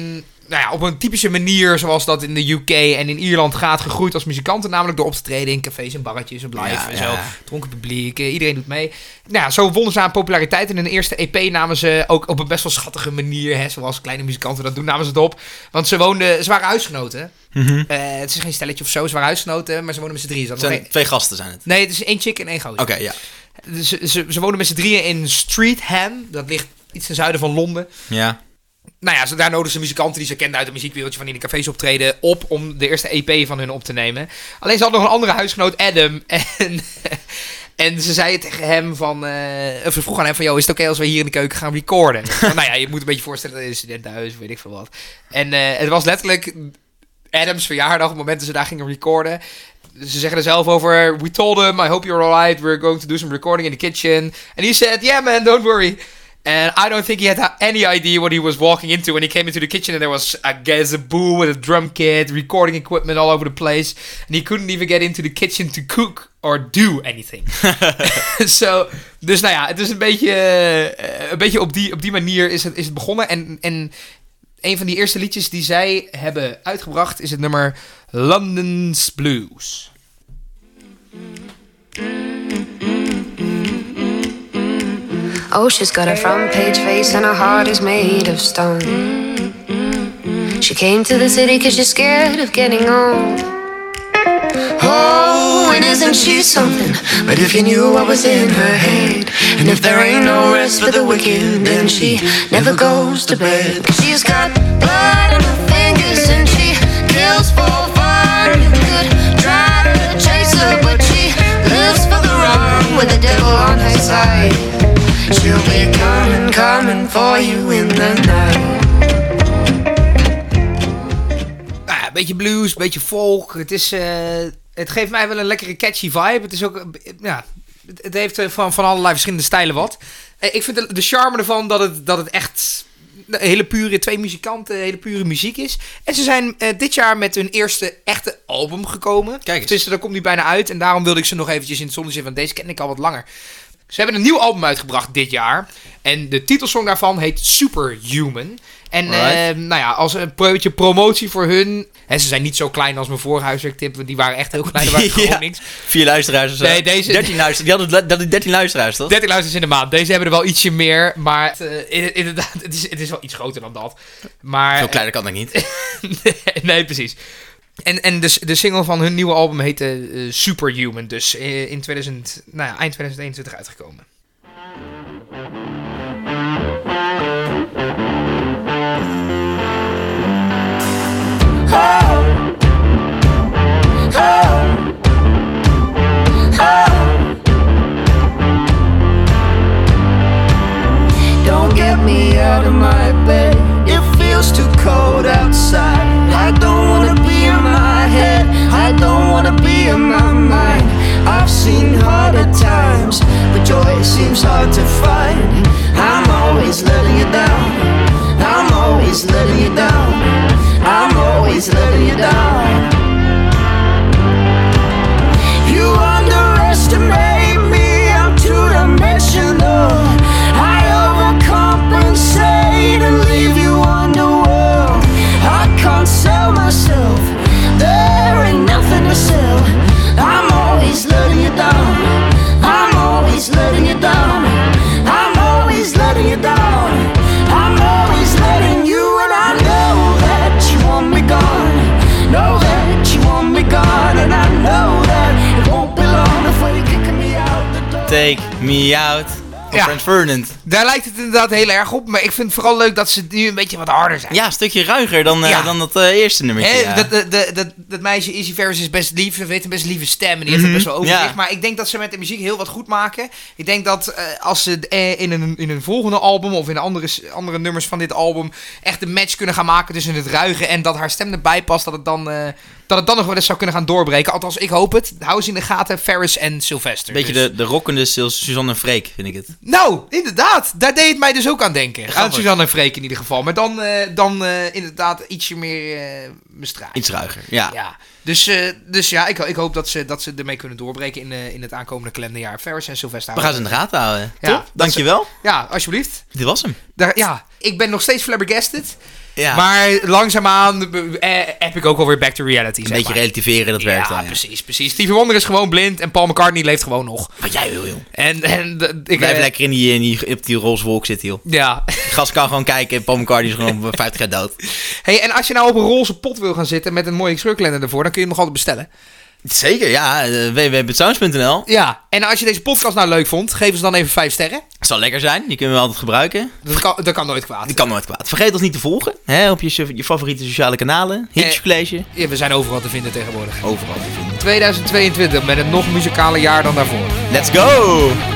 nou ja, op een typische manier zoals dat in de UK en in Ierland gaat, gegroeid als muzikanten. Namelijk door op te treden in cafés en barretjes op live en zo. Dronken publiek, iedereen doet mee. Nou ja, zo wonnen ze aan populariteit. En in de eerste EP namen ze ook op een best wel schattige manier, hè, zoals kleine muzikanten dat doen, namen ze het op. Want ze waren huisgenoten. Mm-hmm. Het is geen stelletje of zo, ze waren huisgenoten, maar ze wonen met z'n drieën. 2 gasten zijn het? Nee, het is 1 chick en 1 gozer. Oké, ja. Dus ze wonen met z'n drieën in Streatham. Dat ligt iets ten zuiden van Londen. Ja. Nou ja, daar nodigden ze muzikanten die ze kenden uit het muziekwereldje van in de cafés optreden op om de eerste EP van hun op te nemen. Alleen ze hadden nog een andere huisgenoot, Adam. En ze zei tegen hem ze vroeg aan hem van, is het oké als we hier in de keuken gaan recorden? Nou ja, je moet een beetje voorstellen, dat is een studentenhuis, weet ik veel wat. En het was letterlijk Adams verjaardag op het moment dat ze daar gingen recorden. Ze zeggen er zelf over, we told him, I hope you're alright, we're going to do some recording in the kitchen. And he said, yeah man, don't worry. And I don't think he had any idea what he was walking into when he came into the kitchen and there was, I guess, a booth with a drum kit, recording equipment all over the place. And he couldn't even get into the kitchen to cook or do anything. Dus nou ja, het is een beetje op die manier is het begonnen. En een van die eerste liedjes die zij hebben uitgebracht is het nummer London's Blues. Oh, she's got a front page face and her heart is made of stone. She came to the city 'cause she's scared of getting old. Oh, and isn't she something? But if you knew what was in her head, and if there ain't no rest for the wicked, then she never goes to bed. She's got blood on her fingers and she kills for fun. You could try to chase her, but she lives for the run with the devil on her side. She'll be coming for you in the night. Nou, een beetje blues, een beetje folk. Het geeft mij wel een lekkere catchy vibe. Het is ook, het heeft van allerlei verschillende stijlen wat. Ik vind de charme ervan dat het echt hele pure, 2 muzikanten, hele pure muziek is. En ze zijn dit jaar met hun eerste echte album gekomen. Kijk eens. Dus daar komt nu bijna uit. En daarom wilde ik ze nog eventjes in het zonnetje zetten, want deze ken ik al wat langer. Ze hebben een nieuw album uitgebracht dit jaar. En de titelsong daarvan heet Superhuman. En nou ja, als een beetje promotie voor hun. Hè, ze zijn niet zo klein als mijn vorige huiswerktip. Want die waren echt heel klein. Er waren gewoon niks. 4 luisteraars of zo. Nee, deze... 13 luisteraars. Die hadden 13 luisteraars, toch? 13 luisteraars in de maand. Deze hebben er wel ietsje meer. Maar inderdaad, het is wel iets groter dan dat. Maar, veel kleiner kan dat niet. nee, precies. En de single van hun nieuwe album heette Superhuman. Dus in eind 2021 uitgekomen. Don't get me out of my bed. It feels too cold outside. I don't wanna be in my head. I don't wanna be in my mind. I've seen harder times, but joy seems hard to find. I'm always letting you down. I'm always letting you down. I'm always letting you down. You underestimate me, I'm two-dimensional. I overcompensate and leave you underworld. I can't sell myself, there ain't nothing to sell. I'm always letting you down. I'm always letting you down. I'm always letting you down. I'm always letting you, and I know that you want me gone. Know that you want me gone, and I know that it won't be long before you're kicking me out the door. Take me out. Franz Ferdinand. Daar lijkt het inderdaad heel erg op. Maar ik vind het vooral leuk dat ze nu een beetje wat harder zijn. Ja, een stukje ruiger dan dat eerste nummertje. Ja. Dat meisje Izzy Ferris is best lief. Ze heeft een best lieve stem. En die heeft het best wel overzicht. Ja. Maar ik denk dat ze met de muziek heel wat goed maken. Ik denk dat als ze in een volgende album of in andere nummers van dit album echt een match kunnen gaan maken tussen het ruige en dat haar stem erbij past, dat het dan nog wel eens zou kunnen gaan doorbreken. Althans, ik hoop het. Hou ze in de gaten, Ferris en Sylvester. Beetje de rockende Suzanne en Freek, vind ik het. Nou, inderdaad. Daar deed het mij dus ook aan denken. Aan Suzanne en Freek in ieder geval. Maar dan inderdaad ietsje meer bestraald. Iets ruiger, ja. Dus ja, ik hoop dat ze ermee kunnen doorbreken in het aankomende kalenderjaar. Ferris en Sylvester. We gaan ze in de gaten houden. Ja, top, dankjewel. Ja, alsjeblieft. Dit was hem. Ik ben nog steeds flabbergasted. Ja. Maar langzaamaan heb ik ook alweer back to reality. Een beetje relativeren, dat werkt wel. Ja, precies. Stevie Wonder is gewoon blind en Paul McCartney leeft gewoon nog. Wat jij wil, joh. Ik blijf lekker op die roze wolk zitten, joh. Ja. De gast kan gewoon kijken en Paul McCartney is gewoon 50 jaar dood. Hey, en als je nou op een roze pot wil gaan zitten met een mooie scheurkalender ervoor, dan kun je hem nog altijd bestellen. Zeker, ja. www.sounds.nl. Ja, en als je deze podcast nou leuk vond, geef ons dan even 5 sterren. Het zal lekker zijn. Die kunnen we altijd gebruiken. Dat kan nooit kwaad. Die kan nooit kwaad. Vergeet ons niet te volgen. Hè, op je favoriete sociale kanalen. Hitjes College. Ja, we zijn overal te vinden tegenwoordig. Overal te vinden. 2022 met een nog muzikale jaar dan daarvoor. Let's go!